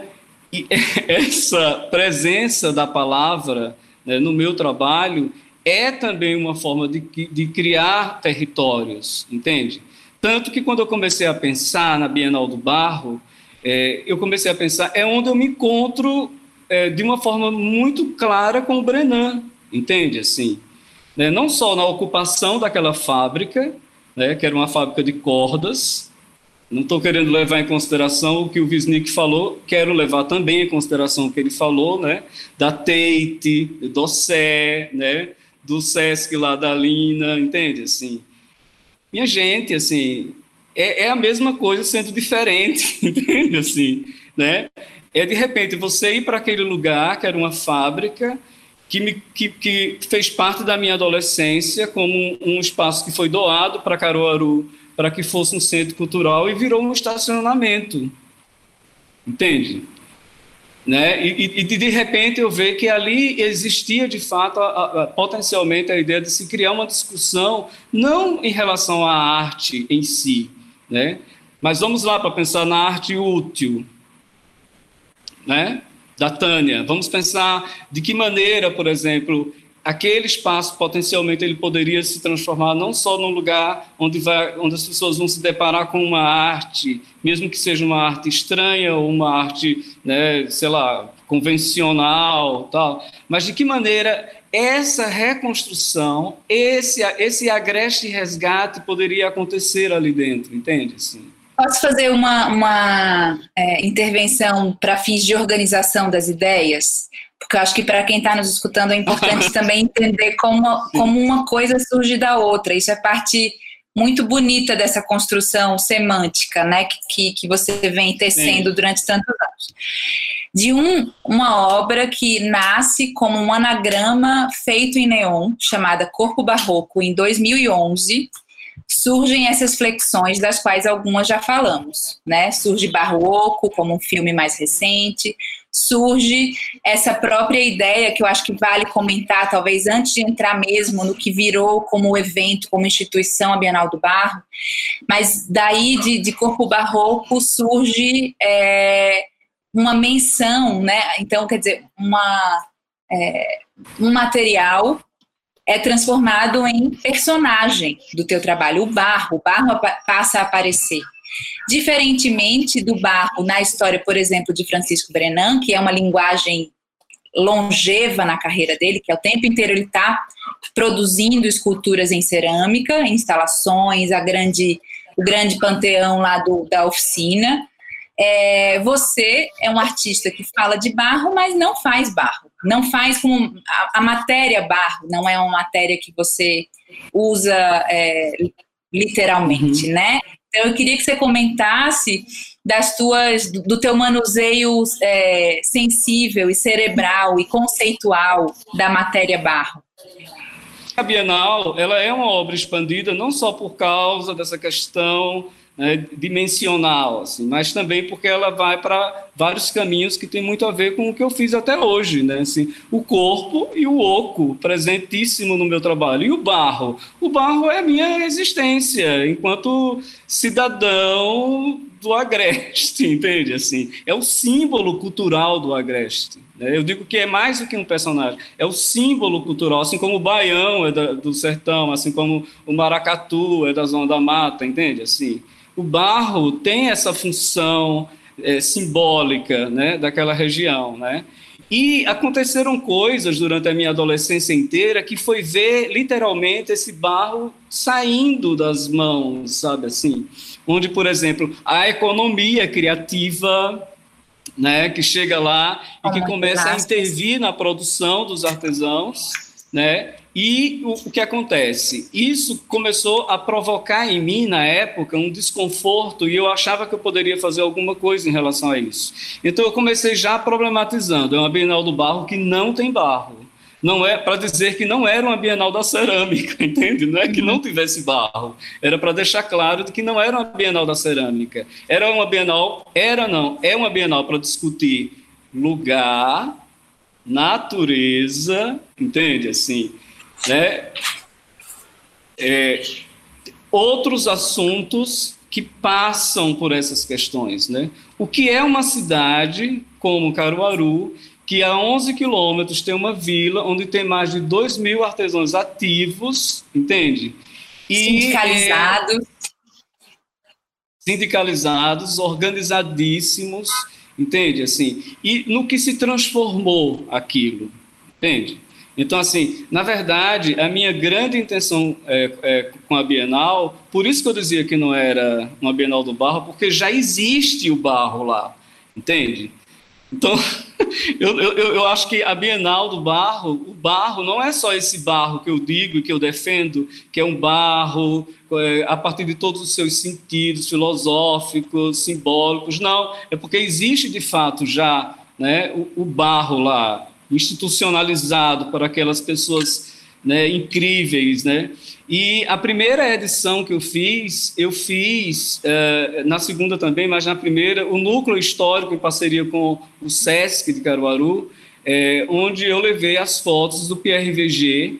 essa presença da palavra, né, no meu trabalho é também uma forma de, de criar territórios, entende? Tanto que quando eu comecei a pensar na Bienal do Barro, é, eu comecei a pensar, é onde eu me encontro é, de uma forma muito clara com o Brenan, entende? Assim, né? Não só na ocupação daquela fábrica, né, que era uma fábrica de cordas, não estou querendo levar em consideração o que o Wisnik falou, quero levar também em consideração o que ele falou, né, da Tate, do Dossé, né, do Sesc lá da Lina, entende? Assim, minha gente, assim, é, é a mesma coisa sendo diferente, entende? Assim, né? É de repente você ir para aquele lugar que era uma fábrica que, me, que, que fez parte da minha adolescência como um, um espaço que foi doado para Caruaru para que fosse um centro cultural e virou um estacionamento, entende? Né? E, e de repente eu vejo que ali existia de fato a, a, potencialmente a ideia de se criar uma discussão não em relação à arte em si, né? Mas vamos lá para pensar na arte útil, né? Da Tânia, vamos pensar de que maneira, por exemplo, aquele espaço potencialmente ele poderia se transformar não só num lugar onde, vai, onde as pessoas vão se deparar com uma arte, mesmo que seja uma arte estranha ou uma arte, né, sei lá, convencional, tal, mas de que maneira essa reconstrução, esse, esse agreste resgate poderia acontecer ali dentro, entende? Assim. Posso fazer uma, uma é, intervenção para fins de organização das ideias? Porque eu acho que para quem está nos escutando é importante também entender como, como uma coisa surge da outra. Isso é parte muito bonita dessa construção semântica, né, que, que você vem tecendo Sim. durante tantos anos. De um, uma obra que nasce como um anagrama feito em neon, chamada Corpo Barroco, em dois mil e onze, surgem essas flexões das quais algumas já falamos, né? Surge Barroco como um filme mais recente, surge essa própria ideia que eu acho que vale comentar, talvez antes de entrar mesmo no que virou como evento, como instituição a Bienal do Barro, mas daí de, de Corpo Barroco surge é, uma menção, né? Então, quer dizer, uma, é, um material é transformado em personagem do teu trabalho, o barro, o barro passa a aparecer. Diferentemente do barro na história, por exemplo, de Francisco Brenan, que é uma linguagem longeva na carreira dele, que é o tempo inteiro ele está produzindo esculturas em cerâmica, instalações, a grande, o grande panteão lá do, da oficina. É, você é um artista que fala de barro, mas não faz barro. Não faz com a, a matéria barro, não é uma matéria que você usa é, literalmente, uhum. né? Então eu queria que você comentasse das tuas, do teu manuseio é, sensível e cerebral e conceitual da matéria barro. A Bienal, ela é uma obra expandida não só por causa dessa questão, né, dimensional, assim, mas também porque ela vai para vários caminhos que tem muito a ver com o que eu fiz até hoje, né? Assim, o corpo e o oco, presentíssimo no meu trabalho. E o barro? O barro é a minha existência enquanto cidadão do Agreste, entende? Assim, é o símbolo cultural do Agreste. Né? Eu digo que é mais do que um personagem, é o símbolo cultural, assim como o baião é da, do sertão, assim como o maracatu é da zona da mata, entende? Assim, o barro tem essa função é, simbólica, né, daquela região, né? E aconteceram coisas durante a minha adolescência inteira que foi ver literalmente esse barro saindo das mãos, sabe assim? Onde, por exemplo, a economia criativa, né, que chega lá e que começa a intervir na produção dos artesãos, né? E o, o que acontece? Isso começou a provocar em mim, na época, um desconforto, e eu achava que eu poderia fazer alguma coisa em relação a isso. Então, eu comecei já problematizando. É uma Bienal do Barro que não tem barro. Não é para dizer que não era uma Bienal da Cerâmica, entende? Não é que não tivesse barro. Era para deixar claro de que não era uma Bienal da Cerâmica. Era uma Bienal, era não, é uma Bienal para discutir lugar, natureza, entende? Assim, né? É, outros assuntos que passam por essas questões, né? O que é uma cidade como Caruaru, que a onze quilômetros tem uma vila onde tem mais de dois mil artesãos ativos, entende? E, sindicalizados. É, sindicalizados, organizadíssimos, entende? Assim, e no que se transformou aquilo, entende? Então, assim, na verdade, a minha grande intenção é, é, com a Bienal, por isso que eu dizia que não era uma Bienal do Barro, porque já existe o barro lá, entende? Então, eu, eu, eu acho que a Bienal do Barro, o barro não é só esse barro que eu digo e que eu defendo, que é um barro é, a partir de todos os seus sentidos filosóficos, simbólicos, não, é porque existe de fato já, né, o, o barro lá, institucionalizado por aquelas pessoas, né, incríveis, né? E a primeira edição que eu fiz, eu fiz, uh, na segunda também, mas na primeira, o Núcleo Histórico, em parceria com o SESC de Caruaru, é, onde eu levei as fotos do P R V G,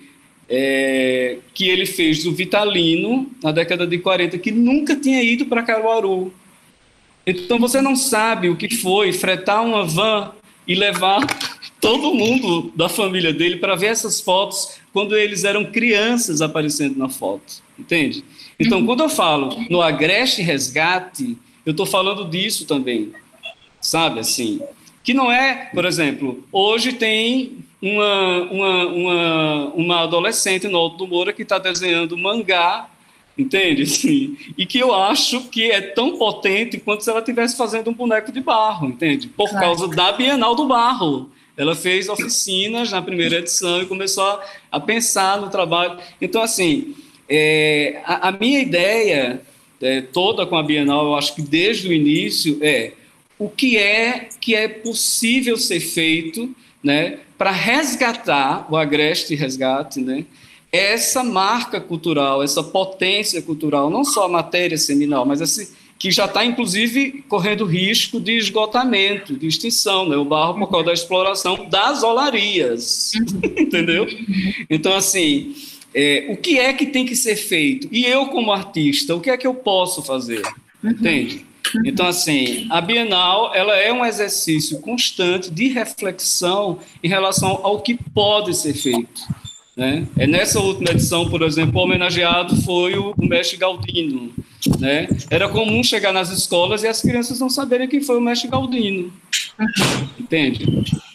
é, que ele fez do Vitalino, na década de quarenta, que nunca tinha ido para Caruaru. Então, você não sabe o que foi fretar uma van e levar todo mundo da família dele para ver essas fotos quando eles eram crianças aparecendo na foto, entende? Então, quando eu falo no Agreste Resgate, eu estou falando disso também, sabe, assim, que não é, por exemplo, hoje tem uma, uma, uma, uma adolescente no Alto do Moura que está desenhando mangá, entende? Assim, e que eu acho que é tão potente quanto se ela estivesse fazendo um boneco de barro, entende? Por claro. Causa da Bienal do Barro. Ela fez oficinas na primeira edição e começou a, a pensar no trabalho. Então, assim, é, a, a minha ideia é, toda com a Bienal, eu acho que desde o início, é o que é que é possível ser feito, né, para resgatar, o Agreste Resgate, né, essa marca cultural, essa potência cultural, não só a matéria seminal, mas esse, que já está, inclusive, correndo risco de esgotamento, de extinção, né? O barro por causa da exploração das olarias, entendeu? Então, assim, é, o que é que tem que ser feito? E eu, como artista, o que é que eu posso fazer? Entende? Então, assim, a Bienal, ela é um exercício constante de reflexão em relação ao que pode ser feito. Né? É nessa última edição, por exemplo, o homenageado foi o, o mestre Galdino, né? Era comum chegar nas escolas e as crianças não saberem quem foi o mestre Galdino, entende?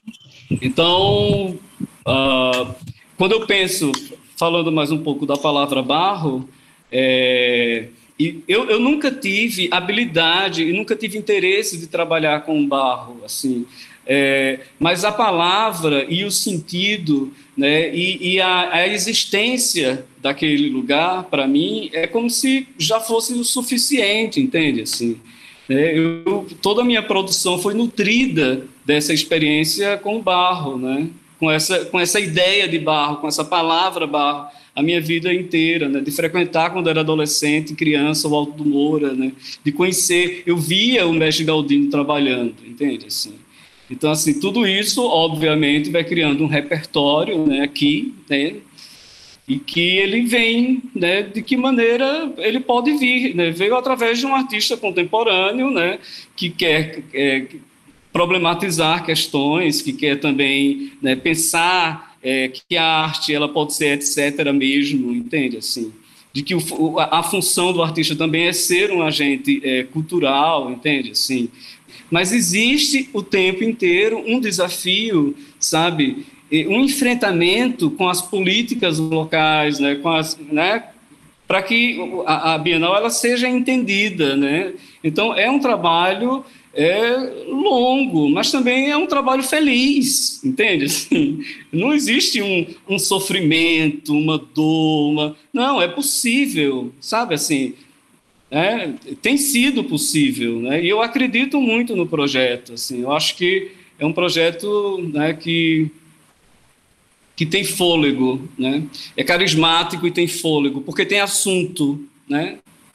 Então, uh, quando eu penso, falando mais um pouco da palavra barro, é, e eu, eu nunca tive habilidade e nunca tive interesse de trabalhar com barro, assim, é, mas a palavra e o sentido, né, e, e a, a existência daquele lugar, para mim, é como se já fosse o suficiente, entende? Assim, né, eu, toda a minha produção foi nutrida dessa experiência com o barro, né, com essa, com essa ideia de barro, com essa palavra barro, a minha vida inteira, né, de frequentar quando era adolescente, criança, o Alto do Moura, né, de conhecer, eu via o mestre Galdino trabalhando, entende? Assim, então, assim, tudo isso, obviamente, vai criando um repertório, né, aqui, né, e que ele vem, né, de que maneira ele pode vir, né, veio através de um artista contemporâneo, né, que quer é, problematizar questões, que quer também, né, pensar é, que a arte ela pode ser etc mesmo, entende? Assim, de que o, a, a função do artista também é ser um agente é, cultural, entende? Assim, mas existe o tempo inteiro um desafio, sabe, um enfrentamento com as políticas locais, né, com as, né, para que a, a Bienal ela seja entendida, né? Então é um trabalho é longo, mas também é um trabalho feliz, entende? Assim, não existe um, um sofrimento, uma dor, uma... não, é possível, sabe, assim, é, tem sido possível, né? E eu acredito muito no projeto, assim, eu acho que é um projeto, né, que, que tem fôlego, né? É carismático e tem fôlego, porque tem assunto, né?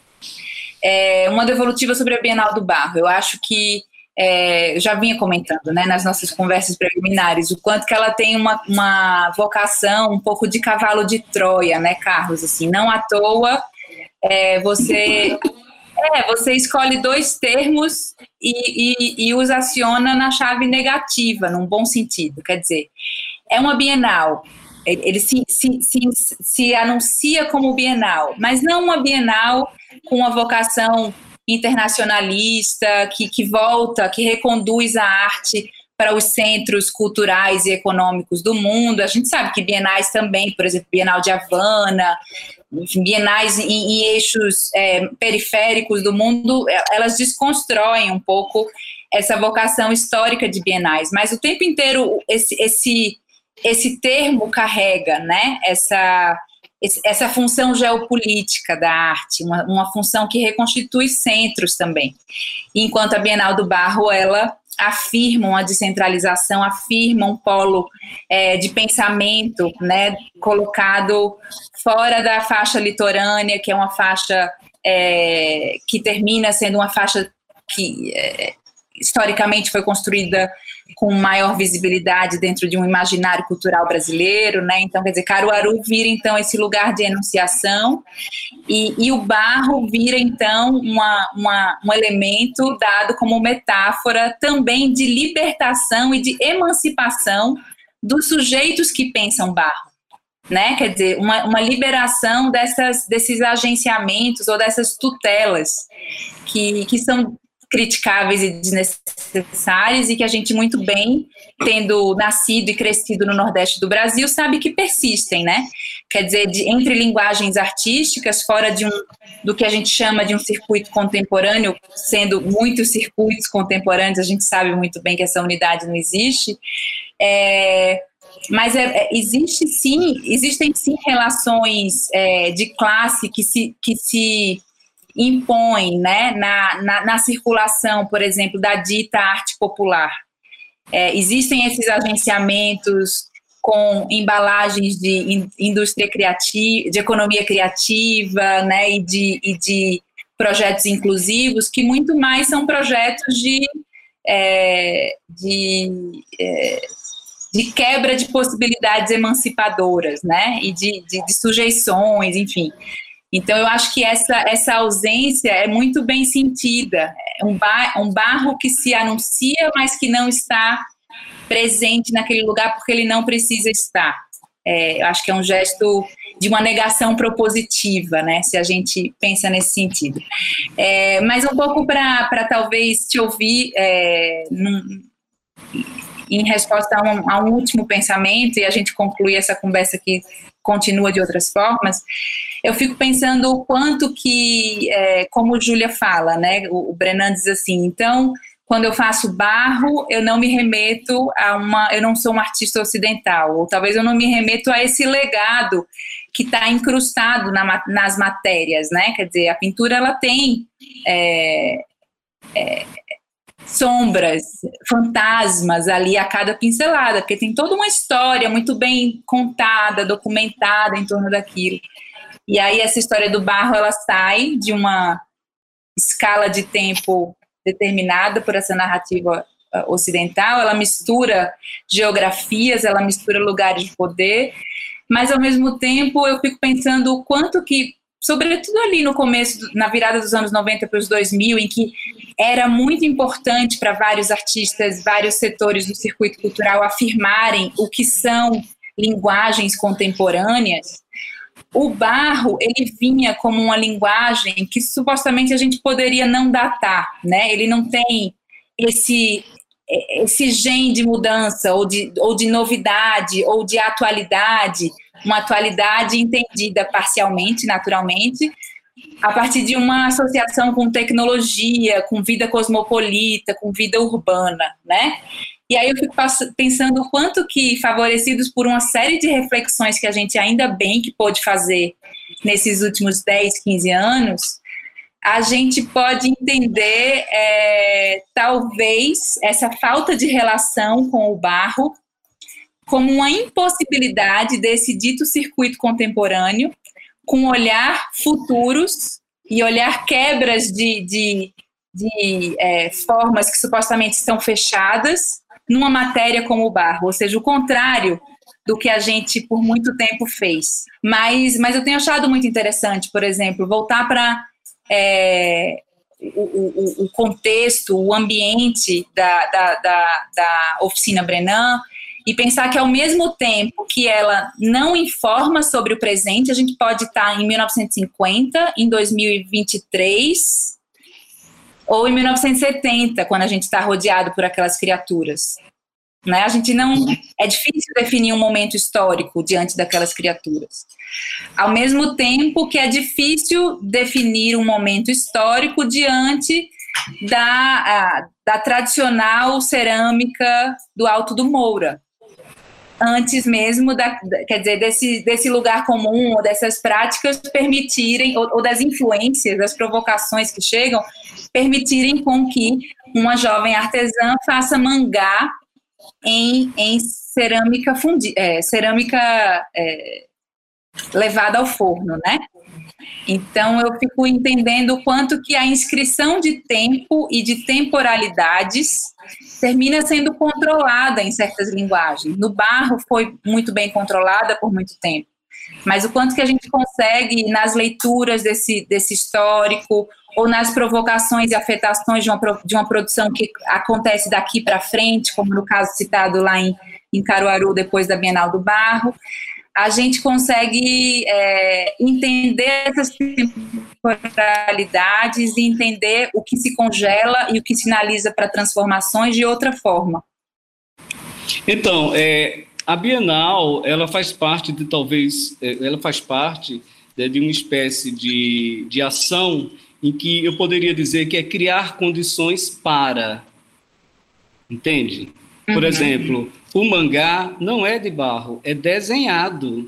É, uma devolutiva sobre a Bienal do Barro. Eu acho que, é, eu já vinha comentando, né, nas nossas conversas preliminares, o quanto que ela tem uma, uma vocação um pouco de cavalo de Troia, né, Carlos? Assim, não à toa, é, você, é, você escolhe dois termos e, e, e os aciona na chave negativa, num bom sentido. Quer dizer, é uma Bienal, ele se, se, se, se anuncia como Bienal, mas não uma Bienal com uma vocação internacionalista, que, que volta, que reconduz a arte para os centros culturais e econômicos do mundo. A gente sabe que bienais também, por exemplo, Bienal de Havana, bienais em, em eixos é, periféricos do mundo, elas desconstroem um pouco essa vocação histórica de bienais, mas o tempo inteiro esse, esse, esse termo carrega, né, essa... essa função geopolítica da arte, uma, uma função que reconstitui centros também. Enquanto a Bienal do Barro, ela afirma uma descentralização, afirma um polo é, de pensamento, né, colocado fora da faixa litorânea, que é uma faixa é, que termina sendo uma faixa que é, historicamente foi construída com maior visibilidade dentro de um imaginário cultural brasileiro, né? Então, quer dizer, Caruaru vira, então, esse lugar de enunciação e, e o barro vira, então, uma, uma, um elemento dado como metáfora também de libertação e de emancipação dos sujeitos que pensam barro, né? Quer dizer, uma, uma liberação dessas, desses agenciamentos ou dessas tutelas que, que são criticáveis e desnecessárias e que a gente muito bem, tendo nascido e crescido no Nordeste do Brasil, sabe que persistem, né? Quer dizer, de, entre linguagens artísticas, fora de um, do que a gente chama de um circuito contemporâneo, sendo muitos circuitos contemporâneos, a gente sabe muito bem que essa unidade não existe, é, mas é, é, existe sim, existem sim relações é, de classe que se... Que se impõe, né, na, na, na circulação, por exemplo, da dita arte popular. É, existem esses agenciamentos com embalagens de in, indústria criativa, de economia criativa, né, e de, e de projetos inclusivos, que muito mais são projetos de, é, de, é, de quebra de possibilidades emancipadoras, né, e de, de, de sujeições, enfim. Então, eu acho que essa, essa ausência é muito bem sentida. É um, bar, um barro que se anuncia, mas que não está presente naquele lugar porque ele não precisa estar. É, eu acho que é um gesto de uma negação propositiva, né, se a gente pensa nesse sentido. É, mas um pouco para talvez te ouvir é, num, em resposta a um, a um último pensamento, e a gente concluir essa conversa que continua de outras formas, eu fico pensando o quanto que, é, como Júlia fala, né, o, o Brenan diz assim, então, quando eu faço barro, eu não me remeto a uma, eu não sou um artista ocidental, ou talvez eu não me remeto a esse legado que está incrustado na, nas matérias, né, quer dizer, a pintura, ela tem é, é, sombras, fantasmas ali a cada pincelada, porque tem toda uma história muito bem contada, documentada em torno daquilo. E aí essa história do barro, ela sai de uma escala de tempo determinada por essa narrativa ocidental, ela mistura geografias, ela mistura lugares de poder, mas ao mesmo tempo eu fico pensando o quanto que, sobretudo ali no começo, na virada dos anos noventa para os dois mil, em que era muito importante para vários artistas, vários setores do circuito cultural afirmarem o que são linguagens contemporâneas, o barro, ele vinha como uma linguagem que supostamente a gente poderia não datar, né? Ele não tem esse, esse gene de mudança, ou de, ou de novidade, ou de atualidade, uma atualidade entendida parcialmente, naturalmente, a partir de uma associação com tecnologia, com vida cosmopolita, com vida urbana, né? E aí eu fico pensando o quanto que, favorecidos por uma série de reflexões que a gente ainda bem que pôde fazer nesses últimos dez, quinze anos, a gente pode entender, é, talvez, essa falta de relação com o barro como uma impossibilidade desse dito circuito contemporâneo, com olhar futuros e olhar quebras de, de, de é, formas que supostamente estão fechadas numa matéria como o barro, ou seja, o contrário do que a gente por muito tempo fez. Mas, mas eu tenho achado muito interessante, por exemplo, voltar para é, o, o, o contexto, o ambiente da, da, da, da oficina Brenan, e pensar que ao mesmo tempo que ela não informa sobre o presente, a gente pode estar em mil novecentos e cinquenta, em dois mil e vinte e três, ou em mil novecentos e setenta, quando a gente está rodeado por aquelas criaturas. Né? A gente não... É difícil definir um momento histórico diante daquelas criaturas. Ao mesmo tempo que é difícil definir um momento histórico diante da, a, da tradicional cerâmica do Alto do Moura. Antes mesmo, da, quer dizer, desse, desse lugar comum, ou dessas práticas permitirem, ou, ou das influências, das provocações que chegam, permitirem com que uma jovem artesã faça mangá em, em cerâmica, fundi, é, cerâmica é, levada ao forno, né? Então, eu fico entendendo o quanto que a inscrição de tempo e de temporalidades termina sendo controlada em certas linguagens. No barro foi muito bem controlada por muito tempo, mas o quanto que a gente consegue, nas leituras desse, desse histórico, ou nas provocações e afetações de uma, de uma produção que acontece daqui para frente, como no caso citado lá em, em Caruaru, depois da Bienal do Barro, a gente consegue é, entender essas temporalidades e entender o que se congela e o que sinaliza para transformações de outra forma. Então, é, a Bienal, ela faz parte de, talvez, ela faz parte de, de uma espécie de, de ação em que eu poderia dizer que é criar condições para, entende? Por uhum. exemplo, o mangá não é de barro, é desenhado.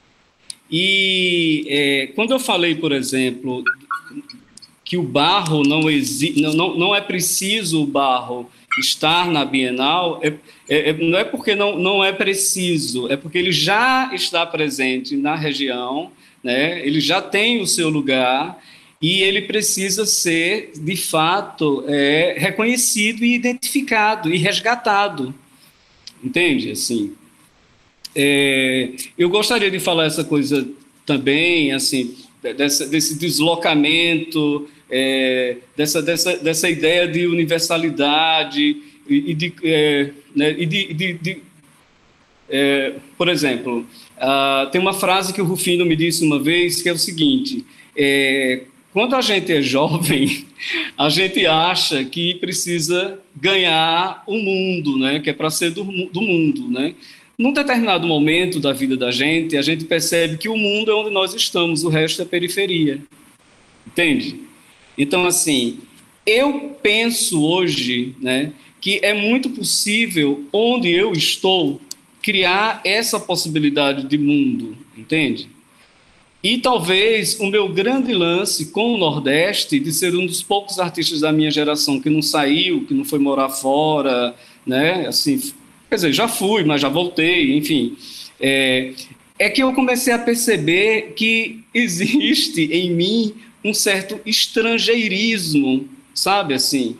E é, quando eu falei, por exemplo, que o barro não, exi- não, não, não é preciso o barro estar na Bienal, é, é, não é porque não, não é preciso, é porque ele já está presente na região, né? Ele já tem o seu lugar e ele precisa ser, de fato, é, reconhecido e identificado e resgatado. Entende? Assim, é, eu gostaria de falar essa coisa também, assim, dessa, desse deslocamento, é, dessa, dessa, dessa ideia de universalidade e, e, de, é, né, e de, de, de É, por exemplo, uh, tem uma frase que o Rufino me disse uma vez, que é o seguinte, é, quando a gente é jovem, a gente acha que precisa ganhar o mundo, né? Que é para ser do, do mundo, né? Num determinado momento da vida da gente, a gente percebe que o mundo é onde nós estamos, o resto é periferia. Entende? Então, assim, eu penso hoje, né, que é muito possível, onde eu estou, criar essa possibilidade de mundo, entende? E talvez o meu grande lance com o Nordeste, de ser um dos poucos artistas da minha geração que não saiu, que não foi morar fora, né, assim, quer dizer, já fui, mas já voltei, enfim, é, é que eu comecei a perceber que existe em mim um certo estrangeirismo, sabe, assim,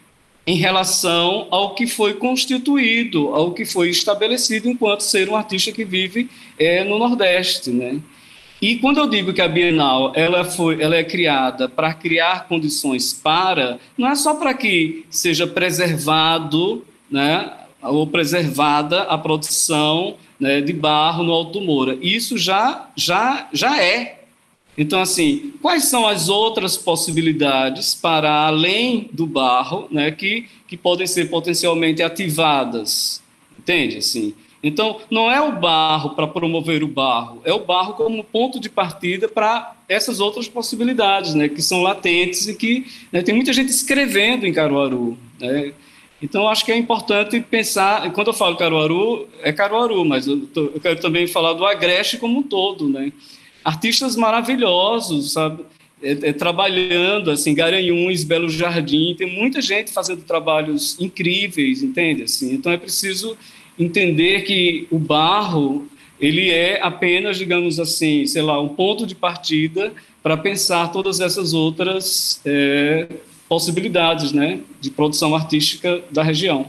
em relação ao que foi constituído, ao que foi estabelecido enquanto ser um artista que vive é, no Nordeste, né? E quando eu digo que a Bienal ela foi, ela é criada para criar condições para, não é só para que seja preservado, né, ou preservada a produção, né, de barro no Alto do Moura. Isso já, já, já é. Então, assim, quais são as outras possibilidades para além do barro, né, que, que podem ser potencialmente ativadas? Entende? Assim, então, não é o barro para promover o barro, é o barro como ponto de partida para essas outras possibilidades, né, que são latentes e que, né, tem muita gente escrevendo em Caruaru, né? Então, acho que é importante pensar, quando eu falo Caruaru, é Caruaru, mas eu, tô, eu quero também falar do Agreste como um todo, né? Artistas maravilhosos, sabe? É, é, trabalhando, assim, Garanhuns, Belo Jardim, tem muita gente fazendo trabalhos incríveis, entende? Assim, então, é preciso entender que o barro, ele é apenas, digamos assim, sei lá, um ponto de partida para pensar todas essas outras é, possibilidades, né, de produção artística da região.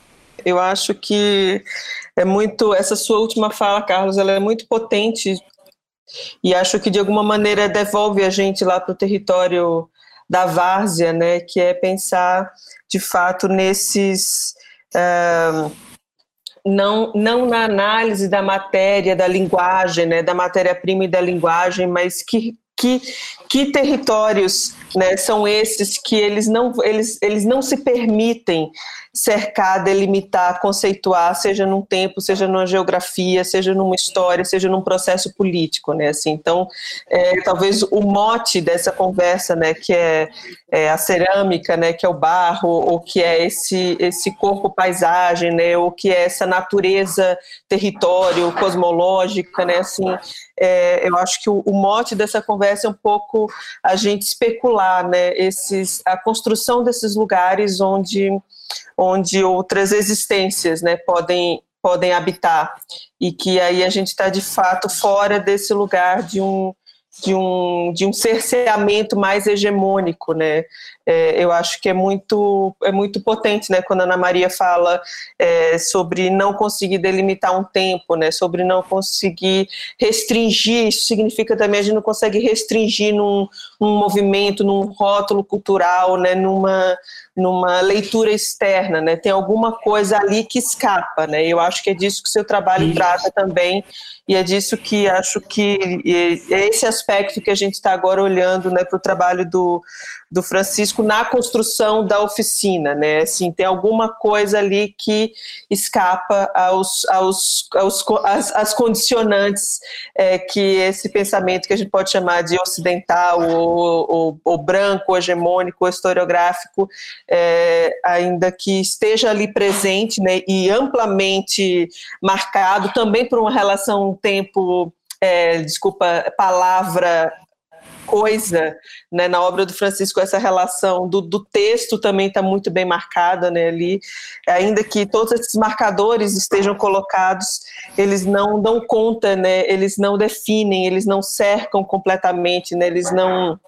Eu acho que é muito, essa sua última fala, Carlos, ela é muito potente e acho que de alguma maneira devolve a gente lá para o território da várzea, né, que é pensar de fato nesses uh, não, não na análise da matéria, da linguagem, né, da matéria-prima e da linguagem, mas que Que, que territórios, né, são esses que eles não, eles, eles não se permitem cercar, delimitar, conceituar, seja num tempo, seja numa geografia, seja numa história, seja num processo político, né, assim, então, é, talvez o mote dessa conversa, né, que é, é a cerâmica, né, que é o barro, ou que é esse, esse corpo paisagem, né, ou que é essa natureza território, cosmológica, né, assim, é, eu acho que o, o mote dessa conversa é um pouco a gente especular, né, esses, a construção desses lugares onde, onde outras existências, né, podem, podem habitar, e que aí a gente está de fato fora desse lugar de um, de um, de um cerceamento mais hegemônico, né? É, eu acho que é muito, é muito potente, né, quando a Ana Maria fala é, sobre não conseguir delimitar um tempo, né, sobre não conseguir restringir, isso significa também a gente não consegue restringir num, num movimento, num rótulo cultural, né, numa, numa leitura externa, né, tem alguma coisa ali que escapa, né, eu acho que é disso que o seu trabalho trata também, e é disso que acho que é esse aspecto que a gente está agora olhando, né, para o trabalho do, do Francisco na construção da oficina, né, assim, tem alguma coisa ali que escapa aos, aos, aos, às, às condicionantes é, que esse pensamento que a gente pode chamar de ocidental ou, ou, ou branco, ou hegemônico, ou historiográfico, é, ainda que esteja ali presente, né, e amplamente marcado também por uma relação tempo, é, desculpa, palavra, coisa, né, na obra do Francisco, essa relação do, do texto também está muito bem marcada, né, ali, ainda que todos esses marcadores estejam colocados, eles não dão conta, né, eles não definem, eles não cercam completamente, né, eles não...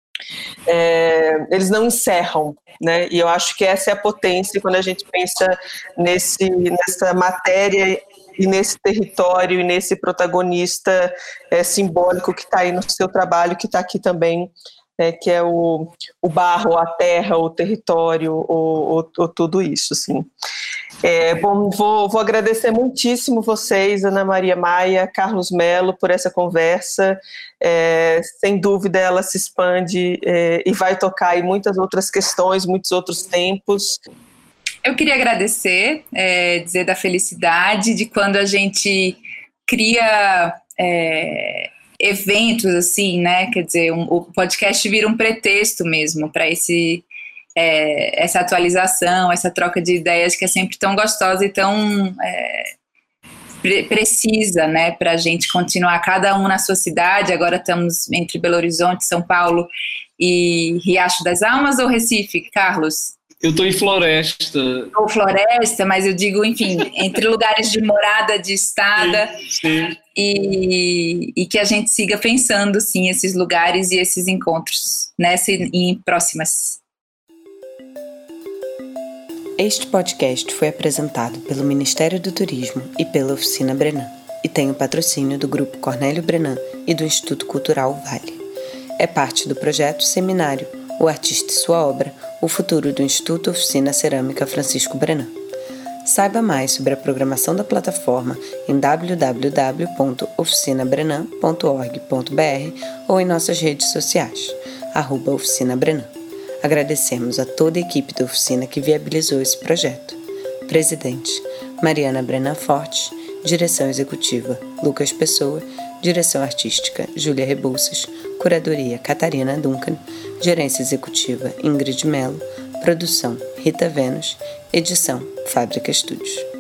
É, eles não encerram, né? E eu acho que essa é a potência quando a gente pensa nesse, nessa matéria e nesse território e nesse protagonista é, simbólico que está aí no seu trabalho, que está aqui também é, que é o, o barro, a terra, o território, o, o, o tudo isso, assim. É, bom, vou, vou agradecer muitíssimo vocês, Ana Maria Maia, Carlos Mello, por essa conversa. É, sem dúvida ela se expande é, e vai tocar em muitas outras questões, muitos outros tempos. Eu queria agradecer, é, dizer da felicidade de quando a gente cria é, eventos assim, né? Quer dizer, um, o podcast vira um pretexto mesmo para esse É, essa atualização, essa troca de ideias que é sempre tão gostosa e tão é, pre- precisa, né, para a gente continuar, cada um na sua cidade. Agora estamos entre Belo Horizonte, São Paulo e Riacho das Almas ou Recife, Carlos? Eu estou em Floresta. Ou Floresta, mas eu digo, enfim, entre lugares de morada, de estada, sim, sim. E, e que a gente siga pensando, sim, esses lugares e esses encontros, nessa e em próximas. Este podcast foi apresentado pelo Ministério do Turismo e pela Oficina Brenan e tem o patrocínio do Grupo Cornélio Brenan e do Instituto Cultural Vale. É parte do projeto Seminário O Artista e Sua Obra, o futuro do Instituto Oficina Cerâmica Francisco Brenan. Saiba mais sobre a programação da plataforma em w w w ponto oficina brenan ponto org ponto b r ou em nossas redes sociais, arroba Oficina Brenan. Agradecemos a toda a equipe da oficina que viabilizou esse projeto. Presidente, Mariana Brenan Forte. Direção executiva, Lucas Pessoa. Direção artística, Júlia Rebouças. Curadoria, Catarina Duncan. Gerência executiva, Ingrid Mello. Produção, Rita Vênus. Edição, Fábrica Estúdios.